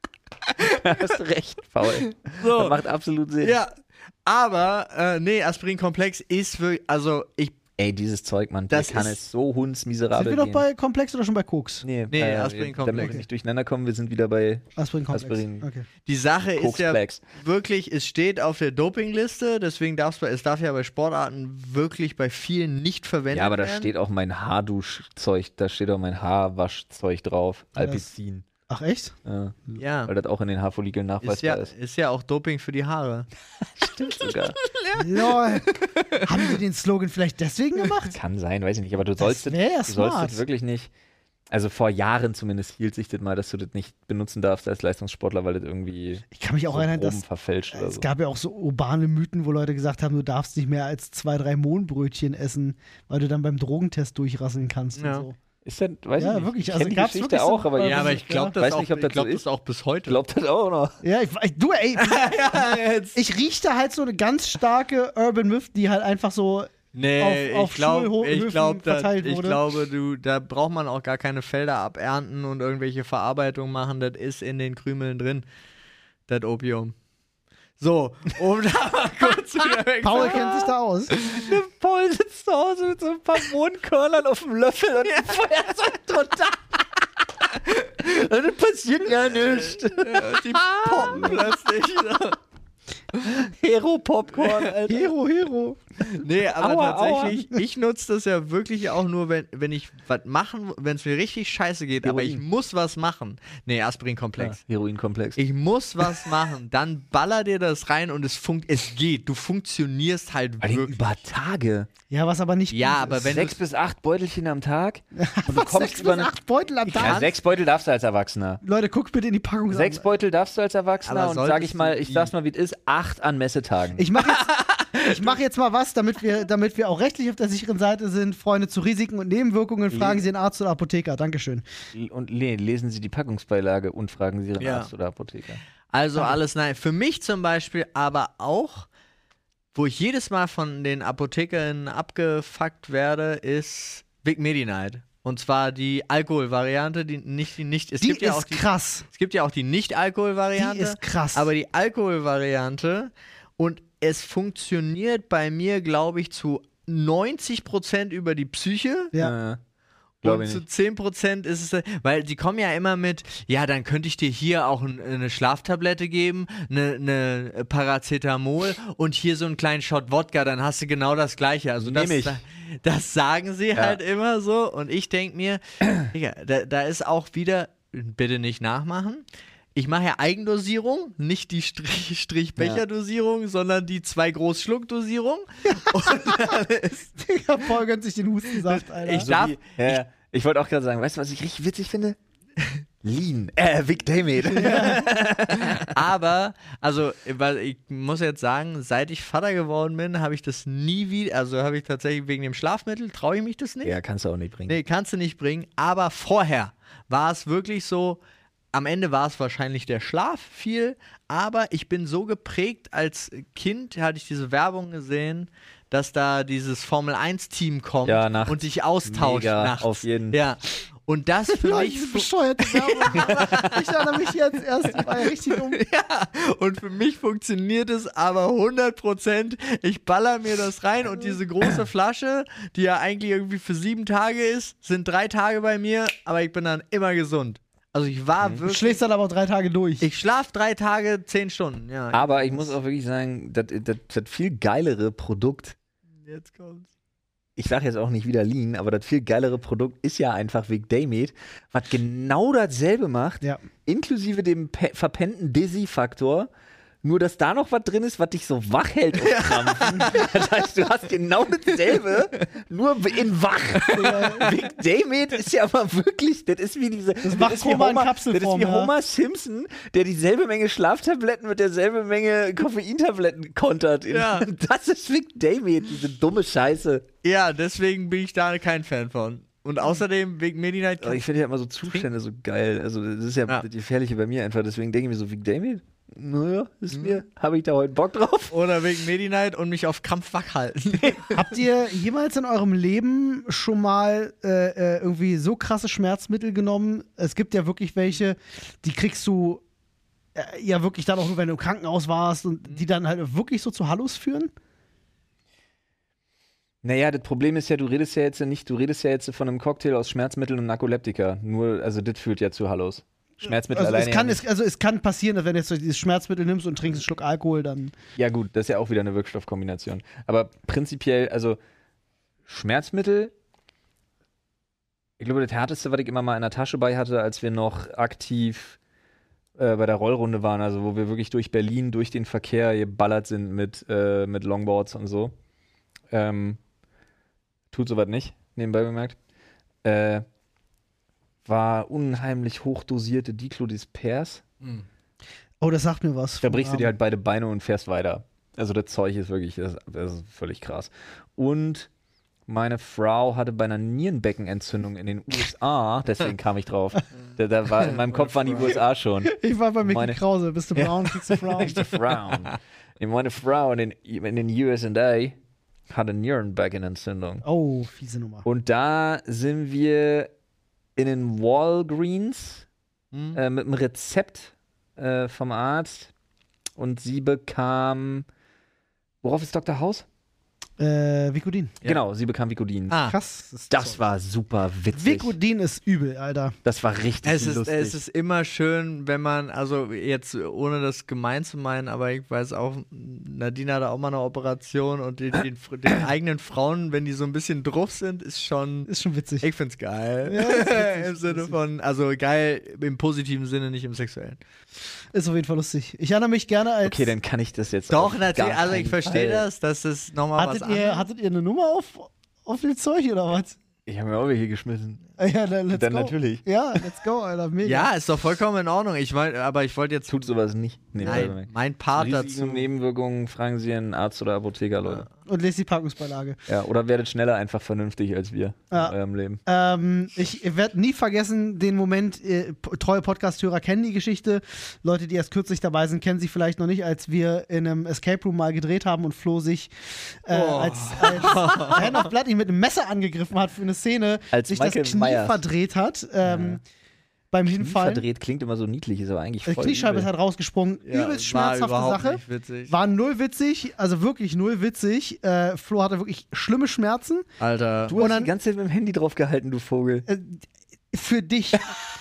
Hast recht, Paul. So. Das macht absolut Sinn. Ja, aber nee, Aspirinkomplex ist wirklich, also Ey, dieses Zeug, Mann, Das der kann ist- es so hundsmiserabel Sind wir noch gehen. bei Komplex oder schon bei Koks? Nee, Aspirinkomplex. damit wir nicht durcheinander kommen, wir sind wieder bei Aspirin-Komplex. Aspirin. Okay. die Sache ist ja Koksplex. wirklich, es steht auf der Dopingliste, deswegen es darf ja bei Sportarten wirklich bei vielen nicht verwendet Ja, aber da werden. steht auch mein Haarduschzeug, da steht auch mein Haarwaschzeug drauf. Alpizin. Ach echt? Ja, Ja, weil das auch in den Haarfollikeln nachweisbar ist. ist ja auch Doping für die Haare. Stimmt sogar. Lol. Haben die den Slogan vielleicht deswegen gemacht? Kann sein, weiß ich nicht. Aber du sollst wär ja du sollst smart. das wirklich nicht. Also vor Jahren zumindest hielt sich das mal, dass du das nicht benutzen darfst als Leistungssportler, weil das irgendwie Ich kann mich auch so erinnern, Proben dass verfälscht oder es so. gab ja auch so urbane Mythen, wo Leute gesagt haben, du darfst nicht mehr als 2-3 Mohnbrötchen essen, weil du dann beim Drogentest durchrasseln kannst Ja. und so. Ist das, weiß Ja, ich nicht. wirklich, Ich also kenn die gab's Geschichte wirklich so- auch, aber Ja, Ja, aber ich glaube weiß das, nicht, ob das so ist. auch bis heute. glaubt das auch noch. Ja, du, ey, ich rieche da halt so eine ganz starke Urban Myth, die halt einfach so Nee, auf ich glaube, Schulhöfen verteilt ich wurde. glaube, da braucht man auch gar keine Felder abernten und irgendwelche Verarbeitungen machen. Das ist in den Krümeln drin, das Opium. So, um da mal kurz wieder weg. Paul kennt sich da aus. Paul sitzt zu Hause mit so ein paar Mohnkörnern auf dem Löffel und Feuerzeug drunter. Das passiert ja nichts. Die poppen plötzlich. Hero-Popcorn, Alter. Hero. Nee, aber Aua, tatsächlich, ich nutze das ja wirklich auch nur, wenn ich was machen, wenn es mir richtig scheiße geht, aber ich Heroin. muss was machen. Nee, Aspirinkomplex. Heroinkomplex. Ich muss was machen, dann baller dir das rein und es geht. Du funktionierst halt Vor allem wirklich. über Tage. Ja, was aber nicht Ja, gut aber ist. wenn 6 bis 8 Beutelchen am Tag. Und du Was, kommst 6 über bis eine. 8 Beutel am Tag? Ja, 6 Beutel darfst du als Erwachsener. Leute, guckt bitte in die Packung. 6 Beutel darfst du als Erwachsener Aber und sag solltest ich mal, du ich die- sag's mal, wie es ist, 8 an Messetagen. Ich mach jetzt mal was, damit wir auch rechtlich auf der sicheren Seite sind. Freunde, zu Risiken und Nebenwirkungen fragen Sie den Arzt oder Apotheker. Dankeschön. Und lesen Sie die Packungsbeilage und fragen Sie Ihren Ja. Arzt oder Apotheker. Also alles nein. Für mich zum Beispiel aber auch, wo ich jedes Mal von den Apothekern abgefuckt werde, ist Vic Medi-Night. Und zwar die Alkoholvariante, krass. Es gibt ja auch die Nicht-Alkohol-Variante. Die ist krass. Aber die Alkoholvariante, und es funktioniert bei mir, glaube ich, zu 90% über die Psyche. Ja. Und zu 10% ist es, weil die kommen ja immer mit, ja, dann könnte ich dir hier auch eine Schlaftablette geben, eine Paracetamol und hier so einen kleinen Shot Wodka, dann hast du genau das Gleiche. Also das sagen sie halt immer so und ich denke mir, Digga, da ist auch wieder, bitte nicht nachmachen, ich mache ja Eigendosierung, nicht die Strichbecherdosierung, sondern die 2 Großschluckdosierung. Und dann ist Digga, Paul gönnt sich den Hustensaft, Alter. Ich wollte auch gerade sagen, weißt du, was ich richtig witzig finde? Lean. Vic Damien. Aber, also, weil ich muss jetzt sagen, seit ich Vater geworden bin, habe ich das nie wieder, also habe ich tatsächlich wegen dem Schlafmittel, traue ich mich das nicht. Ja, kannst du auch nicht bringen. Nee, kannst du nicht bringen. Aber vorher war es wirklich so, am Ende war es wahrscheinlich der Schlaf viel, aber ich bin so geprägt, als Kind hatte ich diese Werbung gesehen, dass da dieses Formel-1-Team kommt und dich austauscht nachts. Auf jeden. Ja. Und das für mich... Diese bescheuerte Werbung. Ich erinnere mich jetzt erst, die war ja richtig dumm. Ja, und für mich funktioniert es aber 100%. Ich baller mir das rein und diese große Flasche, die ja eigentlich irgendwie für 7 Tage ist, sind 3 Tage bei mir, aber ich bin dann immer gesund. Also ich war wirklich... Du schläfst dann aber auch 3 Tage durch. Ich schlaf 3 Tage, 10 Stunden, ja. Aber ich muss auch wirklich sagen, das viel geilere Produkt, Jetzt kommt's. ich sage jetzt auch nicht wieder Lean, aber das viel geilere Produkt ist ja einfach Vic Damien, was genau dasselbe macht, inklusive dem verpennten Dizzy-Faktor, nur dass da noch was drin ist, was dich so wach hält auf Krampfen. Das heißt, du hast genau dasselbe, nur in wach. Vic Damien ist ja aber wirklich, das ist wie diese... Das macht Homer in Kapselform. Das ist wie Homer Simpson, der dieselbe Menge Schlaftabletten mit derselben Menge Koffeintabletten kontert. Ja. Das ist Vic Damien, diese dumme Scheiße. Ja, deswegen bin ich da kein Fan von. Und außerdem wegen Medi-Night... Ich finde ja immer so Zustände so geil. Also das ist ja das Gefährliche bei mir einfach. Deswegen denke ich mir so, Vic Damien, naja, habe ich da heute Bock drauf? Oder wegen Medi-Night und mich auf Krampf wach halten. Habt ihr jemals in eurem Leben schon mal irgendwie so krasse Schmerzmittel genommen? Es gibt ja wirklich welche, die kriegst du ja wirklich dann auch nur, wenn du im Krankenhaus warst und die dann halt wirklich so zu Hallos führen? Naja, das Problem ist ja, du redest ja jetzt von einem Cocktail aus Schmerzmitteln und Narkoleptika. Nur, also das führt ja zu Hallos. Schmerzmittel also alleine. Es kann passieren, dass wenn du jetzt dieses Schmerzmittel nimmst und trinkst einen Schluck Alkohol, dann. Ja, gut, das ist ja auch wieder eine Wirkstoffkombination. Aber prinzipiell, also Schmerzmittel, ich glaube, das Härteste, was ich immer mal in der Tasche bei hatte, als wir noch aktiv bei der Rollrunde waren, also wo wir wirklich durch Berlin, durch den Verkehr geballert sind mit Longboards und so. Tut sowas nicht, nebenbei bemerkt. War unheimlich hochdosierte Diclodispers. Oh, das sagt mir was. Da brichst du dir halt beide Beine und fährst weiter. Also das Zeug ist wirklich, das ist völlig krass. Und meine Frau hatte bei einer Nierenbeckenentzündung in den USA, deswegen kam ich drauf. Da war, in meinem Kopf waren die USA schon. Ich war bei Mickey Krause. Bist du brown, kriegst du Frown. Frown. Meine Frau in den USA hatte Nierenbeckenentzündung. Oh, fiese Nummer. Und da sind wir in den Walgreens mit einem Rezept vom Arzt und sie bekam, worauf ist Dr. House? Vicodin. Genau, sie bekam Vicodin. Krass. Das war super witzig. Vicodin ist übel, Alter. Das war richtig lustig. Es ist immer schön, wenn man, also jetzt ohne das gemein zu meinen, aber ich weiß auch, Nadine hatte auch mal eine Operation und den eigenen Frauen, wenn die so ein bisschen drauf sind, ist schon witzig. Ich find's geil. Ja, witzig, im Sinne von, also geil im positiven Sinne, nicht im sexuellen. Ist auf jeden Fall lustig. Ich erinnere mich gerne als... Okay, dann kann ich das jetzt doch, natürlich, also ich verstehe das, dass es nochmal was anderes. Hattet ihr eine Nummer auf dem Zeug oder was? Ich habe mir auch welche geschmissen. Ja, let's dann go. Natürlich. Ja, let's go, Alter. Mega. Ja, ist doch vollkommen in Ordnung. Aber ich wollte jetzt... Tut sowas nicht. Nein, mein Part Risiken dazu. und Nebenwirkungen fragen Sie einen Arzt oder Apotheker, Leute. und lest die Packungsbeilage. Ja, oder werdet schneller einfach vernünftig als wir in eurem Leben. Ich werde nie vergessen den Moment, treue Podcast-Hörer kennen die Geschichte. Leute, die erst kürzlich dabei sind, kennen sie vielleicht noch nicht, als wir in einem Escape Room mal gedreht haben und Flo sich als Hand of Blood ihn mit einem Messer angegriffen hat für eine Szene, Als sich Michael das Knie Myers. verdreht hat beim Hinfallen. Verdreht klingt immer so niedlich, ist aber eigentlich Die voll Kniescheibe ist übel. halt rausgesprungen. Ja, Übelst war schmerzhafte überhaupt Sache. nicht witzig. War null witzig, also wirklich null witzig. Flo hatte wirklich schlimme Schmerzen. Alter. Du hast dann- die ganze Zeit mit dem Handy drauf gehalten, du Vogel. Für dich.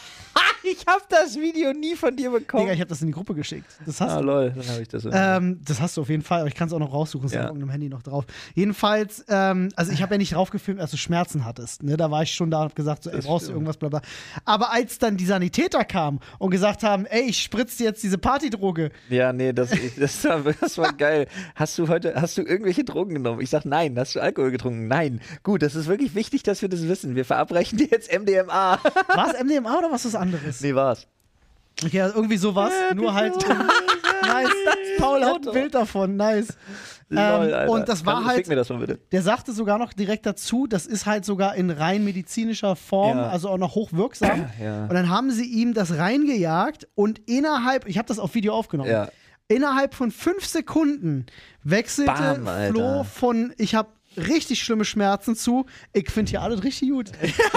Ich hab das Video nie von dir bekommen. Digga, ich habe das in die Gruppe geschickt. Das hast du. Lol, dann habe ich das so. Das hast du auf jeden Fall, aber ich kann es auch noch raussuchen, ist Ja. auf irgendeinem Handy noch drauf. Jedenfalls, also ich habe ja nicht drauf gefilmt, als du Schmerzen hattest. Ne? Da war ich schon da und hab gesagt, so, ey, brauchst du irgendwas, bla bla. Aber als dann die Sanitäter kamen und gesagt haben, ey, ich spritze dir jetzt diese Partydroge. Ja, nee, das war geil. Hast du irgendwelche Drogen genommen? Ich sag nein. Hast du Alkohol getrunken? Nein. Gut, das ist wirklich wichtig, dass wir das wissen. Wir verabreichen dir jetzt MDMA. War es MDMA oder was anderes? Nee, war's. Okay, also irgendwie sowas, nur halt. Nice. Paul hat ein Bild davon, nice. Lol, Alter. Und das war halt. Schick mir das mal bitte. Der sagte sogar noch direkt dazu, das ist halt sogar in rein medizinischer Form, Ja. also auch noch hochwirksam. Ja. Und dann haben sie ihm das reingejagt und ich habe das auf Video aufgenommen, Ja. innerhalb von 5 Sekunden wechselte Bam, Alter. Flo von, ich habe richtig schlimme Schmerzen zu, ich finde hier alles richtig gut.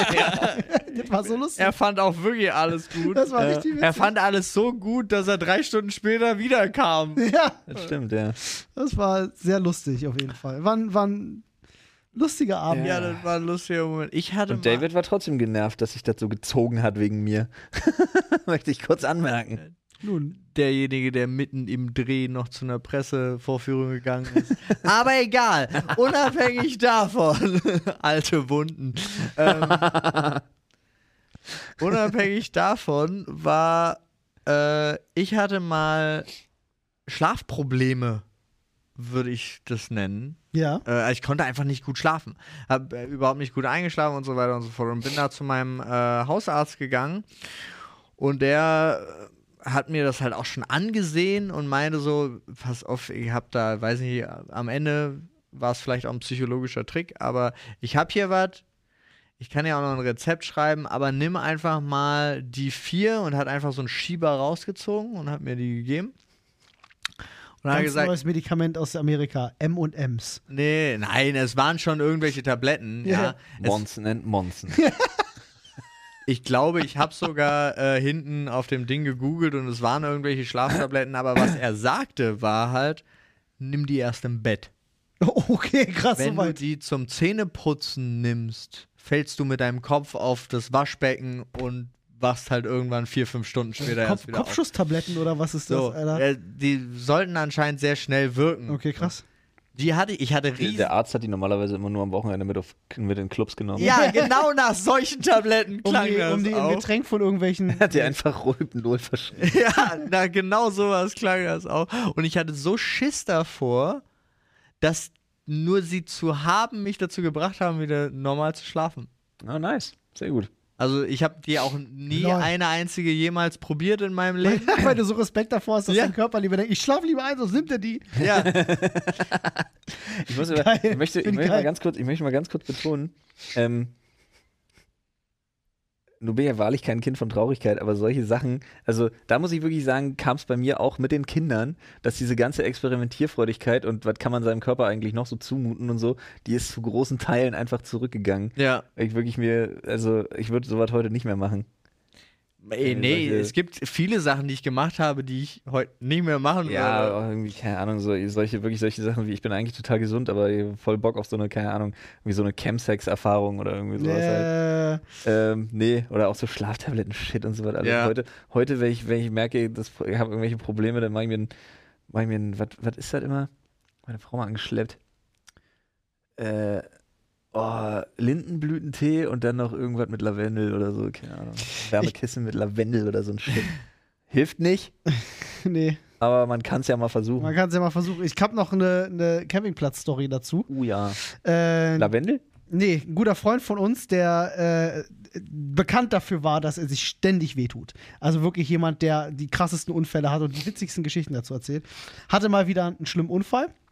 Das war so lustig. Er fand auch wirklich alles gut. Das war richtig witzig. Er fand alles so gut, dass er 3 Stunden später wiederkam. Ja, Das stimmt, ja. das war sehr lustig auf jeden Fall. War ein lustiger Abend. Ja, das war ein lustiger Moment. Ich hatte Und David war trotzdem genervt, dass sich das so gezogen hat wegen mir. Möchte ich kurz anmerken. Nun. derjenige, der mitten im Dreh noch zu einer Pressevorführung gegangen ist. Aber egal, unabhängig davon, alte Wunden. Unabhängig davon war, ich hatte mal Schlafprobleme, würde ich das nennen. Ja. Ich konnte einfach nicht gut schlafen. Hab überhaupt nicht gut eingeschlafen und so weiter und so fort. Und bin da zu meinem Hausarzt gegangen und der hat mir das halt auch schon angesehen und meinte so, pass auf, ich hab da, weiß nicht, am Ende war es vielleicht auch ein psychologischer Trick, aber ich hab hier was, ich kann ja auch noch ein Rezept schreiben, aber nimm einfach mal die 4 und hat einfach so einen Schieber rausgezogen und hat mir die gegeben. Und hat Ganz gesagt, neues Medikament aus Amerika, M&M's. nee, nein, es waren schon irgendwelche Tabletten, Ja. ja. Monsen and Monsen. Ich glaube, ich habe sogar hinten auf dem Ding gegoogelt und es waren irgendwelche Schlaftabletten, aber was er sagte, war halt, nimm die erst im Bett. Okay, krass, Wenn du soweit. die zum Zähneputzen nimmst, fällst du mit deinem Kopf auf das Waschbecken und wachst halt irgendwann 4-5 Stunden später erst wieder auf. Kopfschusstabletten oder was ist das, So, Alter? die sollten anscheinend sehr schnell wirken. Okay, krass. Ich hatte riesen... Der Arzt hat die normalerweise immer nur am Wochenende mit in den Clubs genommen. Ja, genau nach solchen Tabletten klang das Um die im auch. Getränk von irgendwelchen. Hat dir einfach Rohypnol verschrieben. Ja, na, genau sowas klang das auch. Und ich hatte so Schiss davor, dass nur sie zu haben mich dazu gebracht haben, wieder normal zu schlafen. Oh, nice. Sehr gut. Also ich habe die auch nie Lol. eine einzige jemals probiert in meinem Leben. Weil du so Respekt davor hast, dass Ja. dein Körper lieber denkt, ich schlafe lieber ein, sonst nimmt er die. Ja, Ich Geil. möchte Find ich mal geil. ganz kurz betonen, nun bin ja wahrlich kein Kind von Traurigkeit, aber solche Sachen, also da muss ich wirklich sagen, kam es bei mir auch mit den Kindern, dass diese ganze Experimentierfreudigkeit und was kann man seinem Körper eigentlich noch so zumuten und so, die ist zu großen Teilen einfach zurückgegangen. ja. Ich würde sowas heute nicht mehr machen. Ey, nee, solche- es gibt viele Sachen, die ich gemacht habe, die ich heute nicht mehr machen Ja, würde. auch irgendwie, keine Ahnung, solche Sachen wie, ich bin eigentlich total gesund, aber ich hab voll Bock auf so eine, keine Ahnung, wie so eine Chemsex-Erfahrung oder irgendwie sowas halt. Nee, oder auch so Schlaftabletten-Shit und so was. Also Ja. heute, wenn ich merke, ich habe irgendwelche Probleme, dann mach ich mir ein, was ist das immer? Meine Frau mal angeschleppt. Lindenblütentee und dann noch irgendwas mit Lavendel oder so, keine Ahnung. Wärmekissen mit Lavendel oder so ein Shit. Hilft nicht, Nee, aber man kann es ja mal versuchen. man kann es ja mal versuchen. Ich habe noch eine Campingplatz-Story dazu. Ja. Äh, Lavendel? Nee, ein guter Freund von uns, der bekannt dafür war, dass er sich ständig wehtut. Also wirklich jemand, der die krassesten Unfälle hat und die witzigsten Geschichten dazu erzählt. Hatte mal wieder einen schlimmen Unfall.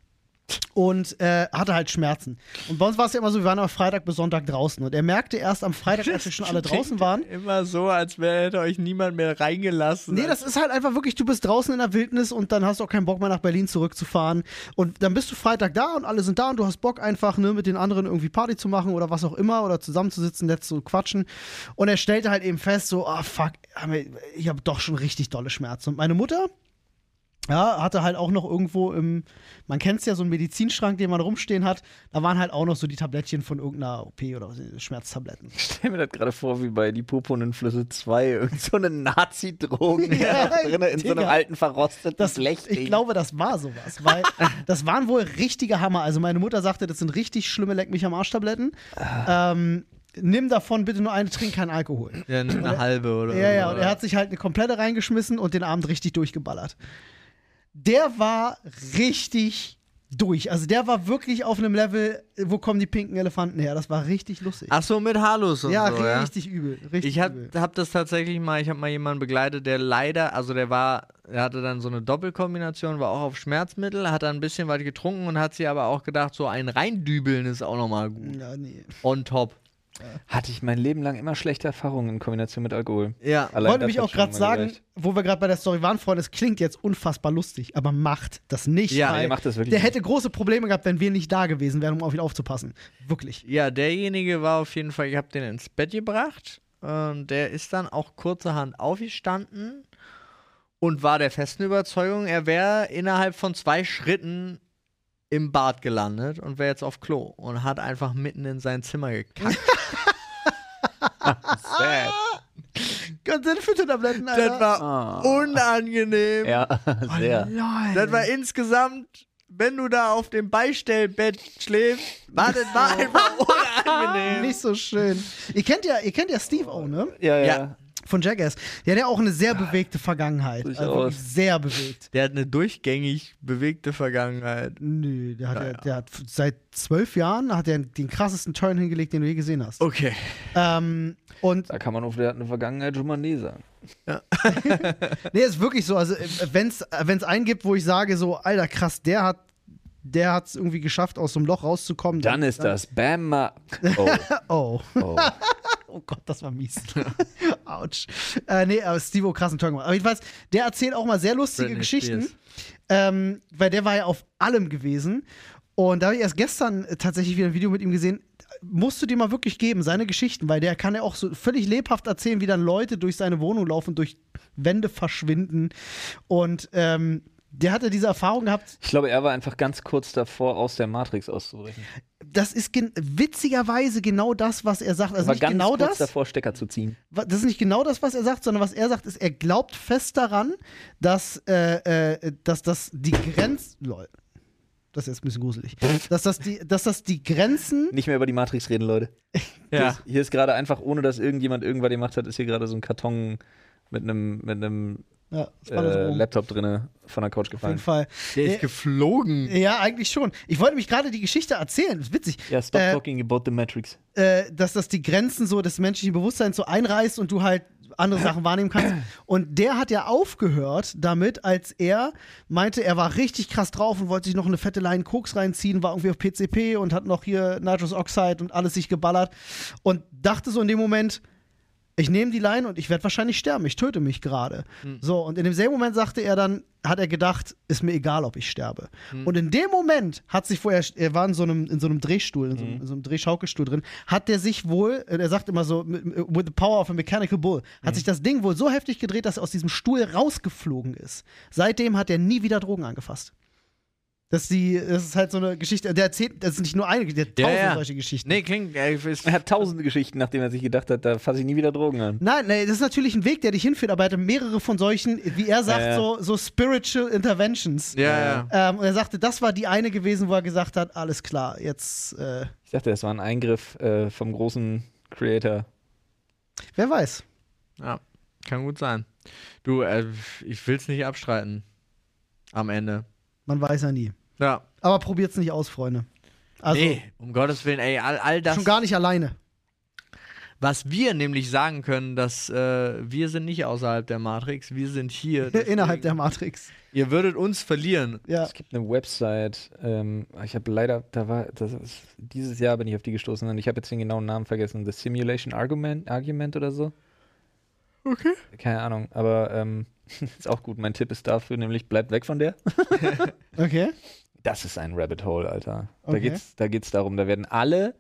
und hatte halt Schmerzen. Und bei uns war es ja immer so, wir waren am Freitag bis Sonntag draußen und er merkte erst am Freitag, als wir schon alle draußen waren. Immer so, als hätte euch niemand mehr reingelassen. Nee, das ist halt einfach wirklich, du bist draußen in der Wildnis und dann hast du auch keinen Bock mehr nach Berlin zurückzufahren und dann bist du Freitag da und alle sind da und du hast Bock einfach, ne, mit den anderen irgendwie Party zu machen oder was auch immer oder zusammenzusitzen, nett zu quatschen und er stellte halt eben fest, so, fuck, ich habe doch schon richtig dolle Schmerzen. Und meine Mutter, ja, hatte halt auch noch irgendwo man kennt es ja, so einen Medizinschrank, den man rumstehen hat, da waren halt auch noch so die Tablettchen von irgendeiner OP oder was, Schmerztabletten. Ich stelle mir das gerade vor, wie bei Die Puponen Flüsse 2, irgend so eine Nazi-Drogen drin in so einem alten verrosteten Blechding. Ich glaube, das war sowas, weil das waren wohl richtige Hammer. Also meine Mutter sagte, das sind richtig schlimme Leck mich am Arsch-Tabletten. Nimm davon bitte nur eine, trink keinen Alkohol. Ja, eine halbe oder Ja, und er hat sich halt eine komplette reingeschmissen und den Abend richtig durchgeballert. Der war richtig durch. Also der war wirklich auf einem Level, wo kommen die pinken Elefanten her? Das war richtig lustig. Ach so, mit Halus und ja, so, ja? Richtig übel. Richtig Ich übel. hab das tatsächlich mal, ich habe mal jemanden begleitet, der leider, also er hatte dann so eine Doppelkombination, war auch auf Schmerzmittel, hat dann ein bisschen was getrunken und hat sich aber auch gedacht, so ein Reindübeln ist auch nochmal gut. Ja, nee. On top. Hatte ich mein Leben lang immer schlechte Erfahrungen in Kombination mit Alkohol. Ja. Ich wollte mich auch gerade sagen, wo wir gerade bei der Story waren, Freunde, es klingt jetzt unfassbar lustig, aber macht das nicht. Ja, weil ihr macht das wirklich der nicht. hätte große Probleme gehabt, wenn wir nicht da gewesen wären, um auf ihn aufzupassen. Wirklich. Ja, derjenige war auf jeden Fall, ich habe den ins Bett gebracht. Der ist dann auch kurzerhand aufgestanden und war der festen Überzeugung, er wäre innerhalb von 2 Schritten im Bad gelandet und wäre jetzt auf Klo und hat einfach mitten in sein Zimmer gekackt. Sad. Ganz sind Füttertabletten, Alter. Das war unangenehm. Ja, sehr. Lol. Das war insgesamt, wenn du da auf dem Beistellbett schläfst, das war einfach unangenehm. Nicht so schön. Ihr kennt ja Steve O, ne? Ja. Von Jackass. Ja, der hat auch eine sehr bewegte Vergangenheit. Also Durchaus. wirklich sehr bewegt. Der hat eine durchgängig bewegte Vergangenheit. Nö, der hat seit 12 Jahren hat er den krassesten Turn hingelegt, den du je gesehen hast. Okay. Und Da kann man auf, der hat eine Vergangenheit schon mal nee sagen. nee, ist wirklich so. Also, wenn's einen gibt, wo ich sage, so, Alter, krass, der hat es irgendwie geschafft, aus so einem Loch rauszukommen. Dann ist das Bam. Oh. Oh. Oh Gott, das war mies. Autsch. Nee, aber Steve-O krassen Turn gemacht. Aber ich weiß, der erzählt auch mal sehr lustige Britney Geschichten. Spears. Weil der war ja auf allem gewesen. Und da habe ich erst gestern tatsächlich wieder ein Video mit ihm gesehen. Musst du dir mal wirklich geben, seine Geschichten, weil der kann ja auch so völlig lebhaft erzählen, wie dann Leute durch seine Wohnung laufen, durch Wände verschwinden. Und der hatte diese Erfahrung gehabt. Ich glaube, er war einfach ganz kurz davor, aus der Matrix auszubrechen. Das ist witzigerweise genau das, was er sagt. Also Er war nicht ganz genau kurz das. davor, Stecker zu ziehen. Das ist nicht genau das, was er sagt, sondern was er sagt, ist, er glaubt fest daran, dass das die Grenzen. Lol. Das ist jetzt ein bisschen gruselig. dass das die Grenzen. Nicht mehr über die Matrix reden, Leute. Ja. Hier ist gerade einfach, ohne dass irgendjemand irgendwas gemacht hat, ist hier gerade so ein Karton mit einem Ja, das war das rum. Laptop drinne von der Couch Auf jeden gefallen. Fall. Der ist geflogen. Ja, eigentlich schon. Ich wollte mich gerade die Geschichte erzählen. Das ist witzig. Ja, stop talking about the Matrix. Dass das die Grenzen so des menschlichen Bewusstseins so einreißt und du halt andere Sachen wahrnehmen kannst. Und der hat ja aufgehört damit, als er meinte, er war richtig krass drauf und wollte sich noch eine fette Line Koks reinziehen, war irgendwie auf PCP und hat noch hier Nitrous Oxide und alles sich geballert und dachte so in dem Moment, ich nehme die Line und ich werde wahrscheinlich sterben, ich töte mich gerade. So, und in demselben Moment sagte er dann, hat er gedacht, ist mir egal, ob ich sterbe. Und in dem Moment hat sich vorher, er war in so einem Drehstuhl, in so einem Drehschaukelstuhl drin, hat der sich wohl, er sagt immer so, with the power of a mechanical bull, hat sich das Ding wohl so heftig gedreht, dass er aus diesem Stuhl rausgeflogen ist. Seitdem hat er nie wieder Drogen angefasst. Das ist halt so eine Geschichte, der erzählt, das ist nicht nur eine, der hat tausende solche Geschichten. Nee, klingt. Er hat tausende Geschichten, nachdem er sich gedacht hat, da fasse ich nie wieder Drogen an. Nein, das ist natürlich ein Weg, der dich hinführt, aber er hatte mehrere von solchen, wie er sagt, so Spiritual Interventions. Ja. Und er sagte, das war die eine gewesen, wo er gesagt hat, alles klar, jetzt, Ich dachte, das war ein Eingriff vom großen Creator. wer weiß. Ja, kann gut sein. Du, ich will's nicht abstreiten. Am Ende. Man weiß ja nie. Ja. Aber probiert's nicht aus, Freunde. Also, Nee, um Gottes Willen, ey, all das. schon gar nicht alleine. Was wir nämlich sagen können, dass wir sind nicht außerhalb der Matrix, wir sind hier. Innerhalb der Matrix. Ihr würdet uns verlieren. Ja. Es gibt eine Website, ich habe leider, dieses Jahr bin ich auf die gestoßen und ich habe jetzt den genauen Namen vergessen, The Simulation Argument oder so. Okay. Keine Ahnung, aber ist auch gut. Mein Tipp ist dafür, nämlich bleibt weg von der. Okay. Das ist ein Rabbit Hole, Alter. Okay. Da geht's darum, da werden alle,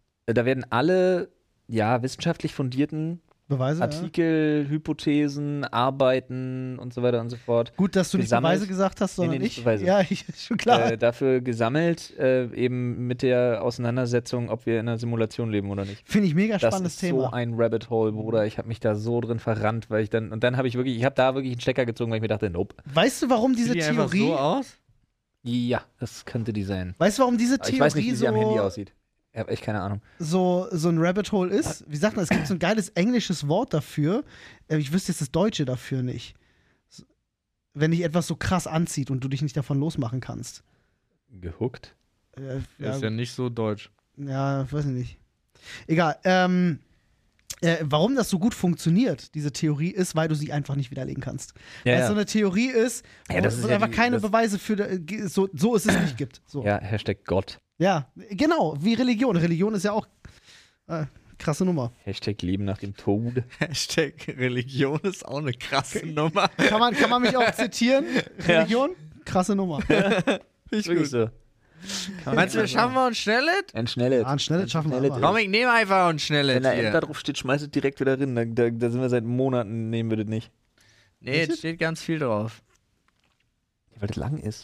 ja, wissenschaftlich fundierten Beweise. Artikel, Hypothesen, Arbeiten und so weiter und so fort. Gut, dass du nicht gesammelt. Beweise gesagt hast, sondern Nee, nicht ich. Beweise. Ja, schon klar. Dafür gesammelt, eben mit der Auseinandersetzung, ob wir in einer Simulation leben oder nicht. Finde ich mega Das spannendes ist Thema. so ein Rabbit Hole, Bruder. Ich habe mich da so drin verrannt, weil ich dann habe ich habe da wirklich einen Stecker gezogen, weil ich mir dachte, nope. Weißt du, warum diese Sieht die einfach Theorie. so aus? Ja, das könnte die sein. Weißt du, warum diese Aber Theorie ich weiß nicht, wie sie am Handy so, aussieht. Ich habe echt keine Ahnung. so ein Rabbit Hole ist? Wie sagt man, es gibt so ein geiles englisches Wort dafür. Ich wüsste jetzt das Deutsche dafür nicht. Wenn dich etwas so krass anzieht und du dich nicht davon losmachen kannst. Gehuckt? Das ist ja nicht so deutsch. Ja, weiß ich nicht. Egal. Warum das so gut funktioniert, diese Theorie, ist, weil du sie einfach nicht widerlegen kannst. Ja, weil es ja. so eine Theorie ist, wo Ja, das es ist ja einfach die- keine das- Beweise für so ist es nicht gibt. So. Ja, Hashtag Gott. Ja, genau, wie Religion. Religion ist ja auch krasse Nummer. Hashtag Leben nach dem Tod. Hashtag Religion ist auch eine krasse Nummer. Kann man mich auch zitieren? Religion? Krasse Nummer. Ich Wirklich so. Meinst du, schaffen wir uns schnelles? Ein Schnelles. Ja, ein Schnelles schaffen wir Schnelles. aber. Komm, ich nehme einfach ein Wenn schnelles da M da hier. drauf steht, schmeißt es direkt wieder rein. Da sind wir seit Monaten, nehmen wir das nicht. Nee, jetzt steht ganz viel drauf. Weil das lang ist.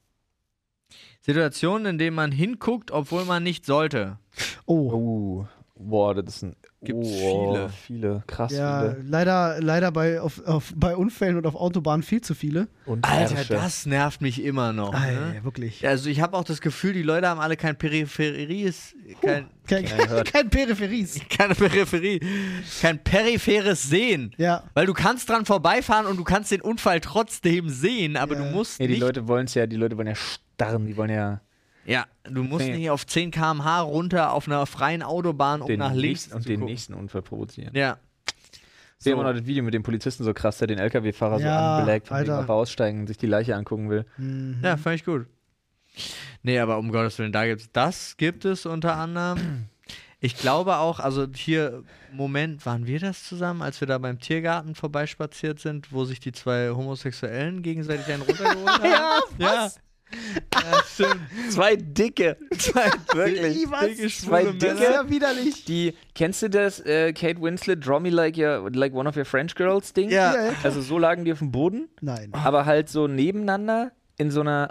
Situationen, in denen man hinguckt, obwohl man nicht sollte. Oh. Boah, das sind Gibt's viele. Krass Ja, viele. leider bei Unfällen und auf Autobahnen viel zu viele. Und Alter, Ärsche. das nervt mich immer noch. Ne? Wirklich. Also ich habe auch das Gefühl, die Leute haben alle kein peripheries, Kein Peripheries. keine Peripherie, kein peripheres Sehen. Ja. Weil du kannst dran vorbeifahren und du kannst den Unfall trotzdem sehen, aber Ja. du musst Nee, die nicht. Leute wollen ja starren, die wollen ja Ja, du musst Nee. nicht auf 10 km/h runter auf einer freien Autobahn, um nach links zu den gucken. nächsten Unfall provozieren. Ja. Ich sehe immer noch das Video mit dem Polizisten so krass, der den LKW-Fahrer so Ja, anbelägt, von dem Alter. ob er aussteigen und sich die Leiche angucken will. Mhm. Ja, fand ich gut. Nee, aber um Gottes Willen, das gibt es unter anderem. Ich glaube auch, also hier, Moment, waren wir das zusammen, als wir da beim Tiergarten vorbeispaziert sind, wo sich die zwei Homosexuellen gegenseitig einen runtergeholt haben? Ja, was? Ja, stimmt. Zwei Dicke. Wirklich. Wie, was? Dicke, Zwei schwule Das Dicke. ist ja widerlich. Kennst du das Kate Winslet, Draw Me like one of your French Girls Ding? Ja. Ja, Also so lagen die auf dem Boden, Nein. aber halt so nebeneinander in so einer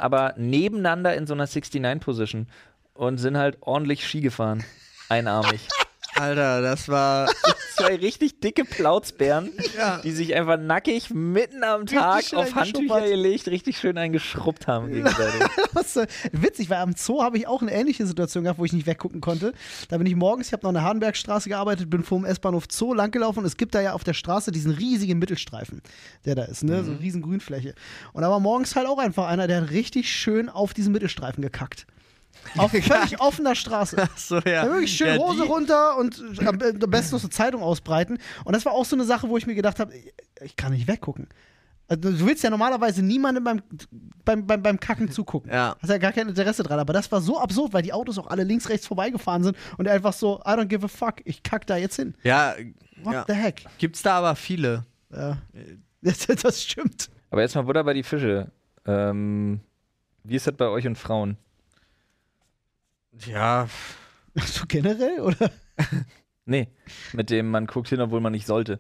69-Position und sind halt ordentlich Ski gefahren. Einarmig. Alter, das war. Zwei richtig dicke Plauzbären, Ja. die sich einfach nackig mitten am Tag schön auf Handtücher eingeschrubbert. gelegt, richtig schön eingeschrubbt haben gegenseitig. Was, witzig, weil am Zoo habe ich auch eine ähnliche Situation gehabt, wo ich nicht weggucken konnte. Da bin ich morgens, ich habe noch an der Hardenbergstraße gearbeitet, bin vor dem S-Bahnhof Zoo langgelaufen und es gibt da ja auf der Straße diesen riesigen Mittelstreifen, der da ist, ne? So eine riesen Grünfläche. Und da war morgens halt auch einfach einer, der hat richtig schön auf diesen Mittelstreifen gekackt. Auf völlig offener Straße. So, ja. Ja, wirklich schön Ja, Hose runter und am besten noch so Zeitung ausbreiten. Und das war auch so eine Sache, wo ich mir gedacht habe, ich kann nicht weggucken. Also, du willst ja normalerweise niemandem beim Kacken zugucken. Ja. Hast ja gar kein Interesse dran. Aber das war so absurd, weil die Autos auch alle links, rechts vorbeigefahren sind und er einfach so, I don't give a fuck, ich kack da jetzt hin. Ja, What ja. the heck? Gibt's da aber viele. Ja. Das stimmt. Aber jetzt mal Butter bei die Fische. Wie ist das bei euch und Frauen? Ja. So generell, oder? Nee, mit dem man guckt hin, obwohl man nicht sollte.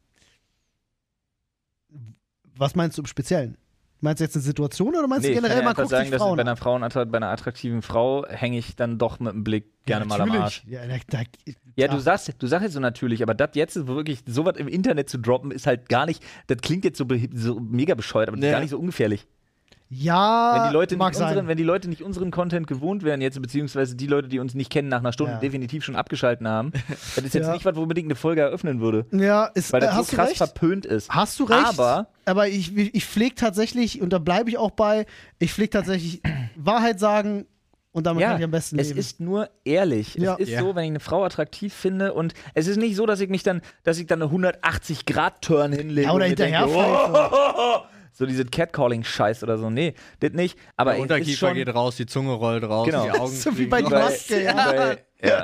Was meinst du im Speziellen? Meinst du jetzt eine Situation oder meinst Nee, du ich kann generell, ja man einfach guckt sagen, sich dass Frauen bei einer attraktiven Frau hänge ich dann doch mit dem Blick gerne mal am Arsch. Ja, Ja, du sagst jetzt so natürlich, aber das jetzt wirklich sowas im Internet zu droppen, ist halt gar nicht, das klingt jetzt so mega bescheuert, aber das ist Ja. gar nicht so ungefährlich. Ja, Wenn die, Leute mag nicht sein. wenn die Leute nicht unseren Content gewohnt wären jetzt, beziehungsweise die Leute, die uns nicht kennen, nach einer Stunde Ja. definitiv schon abgeschalten haben, das ist jetzt Ja. nicht was, wo unbedingt eine Folge eröffnen würde. Ja, ist, Weil das hast so du krass recht? verpönt ist. Hast du recht? Aber ich pflege tatsächlich, und da bleibe ich auch bei, ich pflege tatsächlich Wahrheit sagen und damit kann ich am besten es leben. ist nur ehrlich. Ja. Es ist so, wenn ich eine Frau attraktiv finde und es ist nicht so, dass ich dann eine 180-Grad-Turn hinlege. Ja, oder und mir denke, hinterherpfeife. so diese Catcalling-Scheiß oder so. Nee, das nicht. Aber Der es ist Unterkiefer schon, geht raus, die Zunge rollt raus, Genau. die Augen So wie fliegen bei raus. die Maske, ja.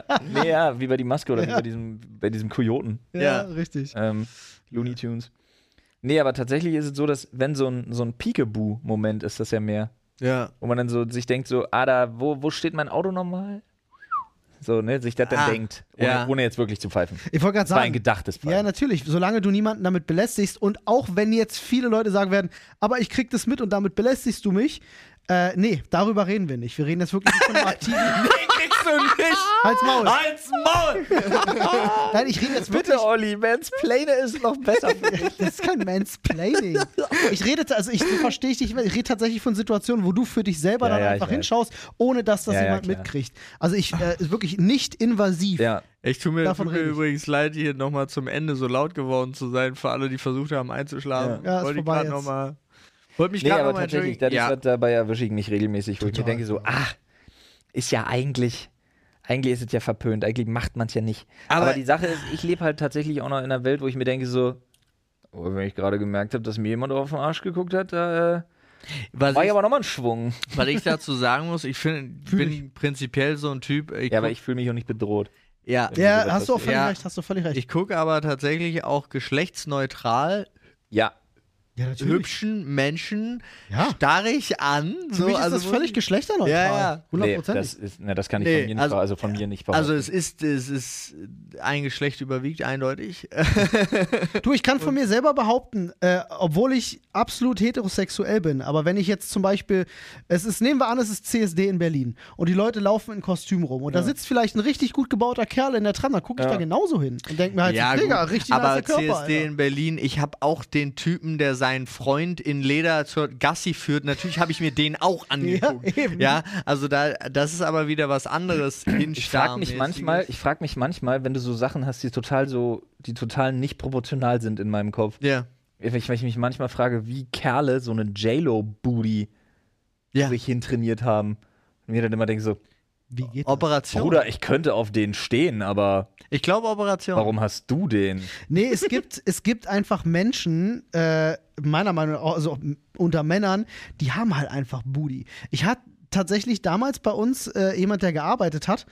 Wie bei die Maske oder wie bei diesem Kojoten. Ja, richtig. Looney Tunes. Nee, aber tatsächlich ist es so, dass wenn so ein Peekaboo-Moment ist, das ja mehr. Ja. Wo man dann so sich denkt, so, wo steht mein Auto nochmal? So, ne, sich das dann denkt, ohne jetzt wirklich zu pfeifen. Ich wollte gerade Das war ein sagen, gedachtes Pfeifen. ja, natürlich, solange du niemanden damit belästigst und auch wenn jetzt viele Leute sagen werden, aber ich krieg das mit und damit belästigst du mich, nee, darüber reden wir nicht. Wir reden jetzt wirklich von einem aktiven... Nee, kriegst du nicht! Halt's Maul! Halt's Maul! Nein, ich rede jetzt wirklich... Bitte, Olli, Mansplainer ist noch besser für dich. Das ist kein Mansplaining. So verstehe ich dich, ich rede tatsächlich von Situationen, wo du für dich selber Ja, dann ja, einfach ich weiß. hinschaust, ohne dass das Ja, jemand klar. mitkriegt. Also ist wirklich nicht invasiv. Ja. Ich tut mir Davon rede ich. übrigens leid, hier nochmal zum Ende so laut geworden zu sein, für alle, die versucht haben einzuschlafen. Ja, ist Wollte ich vorbei gerade jetzt. nochmal. Wollte mich Nee, gerade aber nochmal tatsächlich, entschuldigen. dabei erwische ich mich regelmäßig, wo ich mir Total. denke so, ist ja eigentlich ist es ja verpönt, eigentlich macht man es ja nicht. Aber die Sache ist, ich lebe halt tatsächlich auch noch in einer Welt, wo ich mir denke so, wenn ich gerade gemerkt habe, dass mir jemand auf den Arsch geguckt hat, da Was war ich, ich aber nochmal ein Schwung. was ich dazu sagen muss, ich bin prinzipiell so ein Typ. Ja, aber ich fühle mich auch nicht bedroht. Ja, Ja, sowas hast du auch völlig Ja. recht, hast du völlig recht. ich gucke aber tatsächlich auch geschlechtsneutral Ja. Ja, natürlich. hübschen Menschen Ja. starre ich an. Für mich ist das wo- völlig geschlechterneutral. Ja, ja. 100%. Das kann ich Nee, von mir nicht, also- also von mir nicht behaupten. Also es ist ein Geschlecht überwiegt eindeutig. Du, ich kann von mir selber behaupten, obwohl ich absolut heterosexuell bin, aber wenn ich jetzt zum Beispiel, nehmen wir an, es ist CSD in Berlin und die Leute laufen in Kostüm rum und da sitzt vielleicht ein richtig gut gebauter Kerl in der Tram, da gucke ich da genauso hin und denke mir halt, Ja, so, Digga, gut, richtig aber nicer Körper, CSD Alter. in Berlin, ich habe auch den Typen, der seinen Freund in Leder zur Gassi führt. Natürlich habe ich mir den auch angeguckt. Ja, eben. Ja, also das ist aber wieder was anderes. Ich frage mich manchmal, wenn du so Sachen hast, die total nicht proportional sind in meinem Kopf. Ja. Wenn ich mich manchmal frage, wie Kerle so eine J-Lo-Booty Ja. sich hintrainiert haben. Und mir dann immer denke so, Wie geht das? Operation. Bruder, ich könnte auf den stehen, aber Ich glaube Operation. warum hast du den? Nee, es gibt einfach Menschen, meiner Meinung nach, also unter Männern, die haben halt einfach Booty. Ich hatte tatsächlich damals bei uns jemand, der gearbeitet hat.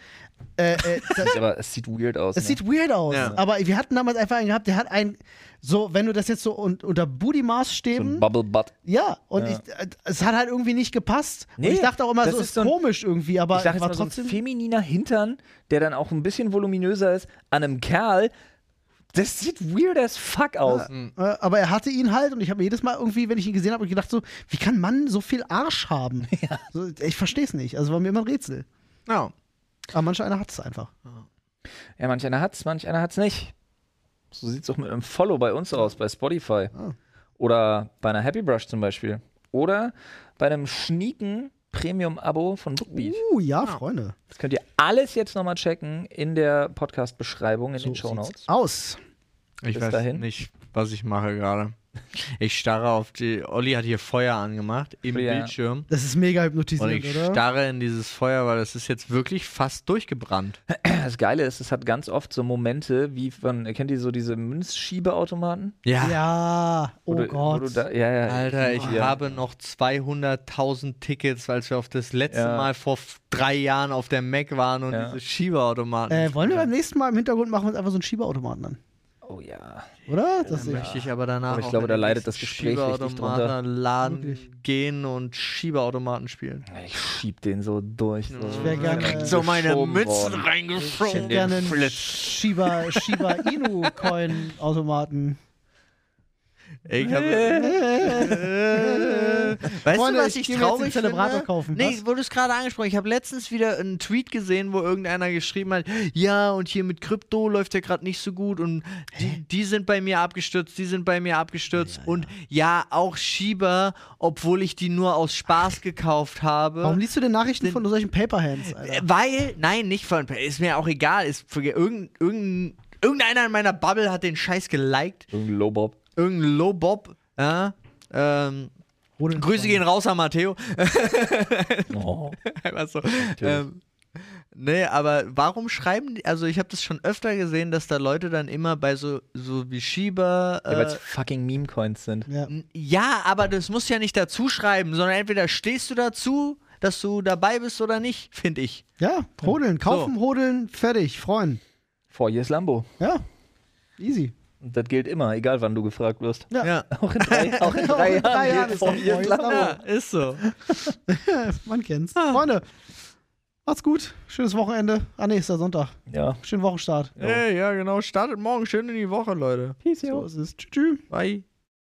Aber es sieht weird aus. Es ne? sieht weird aus, Ja. aber wir hatten damals einfach einen gehabt, der hat so, wenn du das jetzt so unter so ein Booty-Maßstäben, Bubble Butt. ja, und Ja. es hat halt irgendwie nicht gepasst. Nee, und ich dachte auch immer, das so ist ist so ein- komisch irgendwie, aber Ich sag jetzt war mal so ein trotzdem. femininer Hintern, der dann auch ein bisschen voluminöser ist, an einem Kerl. Das sieht weird as fuck aus. Aber er hatte ihn halt und ich habe jedes Mal irgendwie, wenn ich ihn gesehen habe, gedacht so, wie kann Mann so viel Arsch haben? So, ich verstehe es nicht. Also war mir immer ein Rätsel. Ja. Aber manch einer hat es einfach. Ja, manch einer hat's nicht. So sieht's auch mit einem Follow bei uns aus, bei Spotify. Ah. Oder bei einer Happy Brush zum Beispiel. Oder bei einem schnieken Premium-Abo von Bookbeat. Ja, Freunde. Das könnt ihr alles jetzt nochmal checken in der Podcast-Beschreibung, in den Shownotes. Aus. Ich Bis weiß dahin. nicht, was ich mache gerade. Ich starre auf die. Olli hat hier Feuer angemacht im Ja. Bildschirm. Das ist mega Und hypnotisierend, ich oder? starre in dieses Feuer, weil das ist jetzt wirklich fast durchgebrannt. Das Geile ist, es hat ganz oft so Momente, wie kennt ihr so diese Münzschiebeautomaten? Ja, oh Wo Gott. du ja, Alter, ich ja. habe noch 200.000 Tickets, weil wir auf das letzte Ja. Mal vor 3 Jahren auf der Mac waren und Ja. diese Schiebeautomaten. Wollen wir beim nächsten Mal im Hintergrund machen wir uns einfach so einen Schiebeautomaten an? Oh ja. Oder? Das Dann möchte ich aber danach Aber ich auch glaube, in da den leidet nächsten das Gespräch richtig drunter. Schiebeautomatenladen Wirklich. gehen und Schiebeautomaten spielen. Ich schieb den so durch. So. Ich wär gerne- Direkt So meine geschoben Mützen worden. ich reingeschoben. hätte gerne einen Shiba Inu-Coin-Automaten. Ich habe. Weißt Freunde, du, was ich ich geh mir jetzt traurig den Zelebrator finde? kaufen. Nee, Was? wurde es gerade angesprochen. Ich habe letztens wieder einen Tweet gesehen, wo irgendeiner geschrieben hat, ja, und hier mit Krypto läuft ja gerade nicht so gut und die sind bei mir abgestürzt, die sind bei mir abgestürzt und ja, auch Shiba, obwohl ich die nur aus Spaß gekauft habe. Warum liest du denn Nachrichten von solchen Paperhands, Alter? Weil, nein, nicht von, ist mir auch egal, irgendeiner in meiner Bubble hat den Scheiß geliked. Irgendein Lowbob. Irgendein Low-Bob, ja, Rodeln, Grüße gehen raus an Matteo. Oh. Einfach so. Nee, aber warum schreiben die, also ich habe das schon öfter gesehen, dass da Leute dann immer bei so wie Schieber. Ja, weil es fucking Meme-Coins sind. Ja. Ja, aber das musst du ja nicht dazu schreiben, sondern entweder stehst du dazu, dass du dabei bist oder nicht, finde ich. Ja, Rodeln, kaufen, Rodeln, fertig, freuen. 4 years Lambo. Ja, easy. Und das gilt immer, egal wann du gefragt wirst. Ja. Auch in 3 Jahren gilt ist 4 das years Neues Lambo. Ja, ist so. Man kennt's. Freunde, macht's gut. Schönes Wochenende. Ah, nee, ist der Sonntag. Ja. Schönen Wochenstart. Ja, genau. Startet morgen schön in die Woche, Leute. Peace, So ist es. Tschüss. Bye.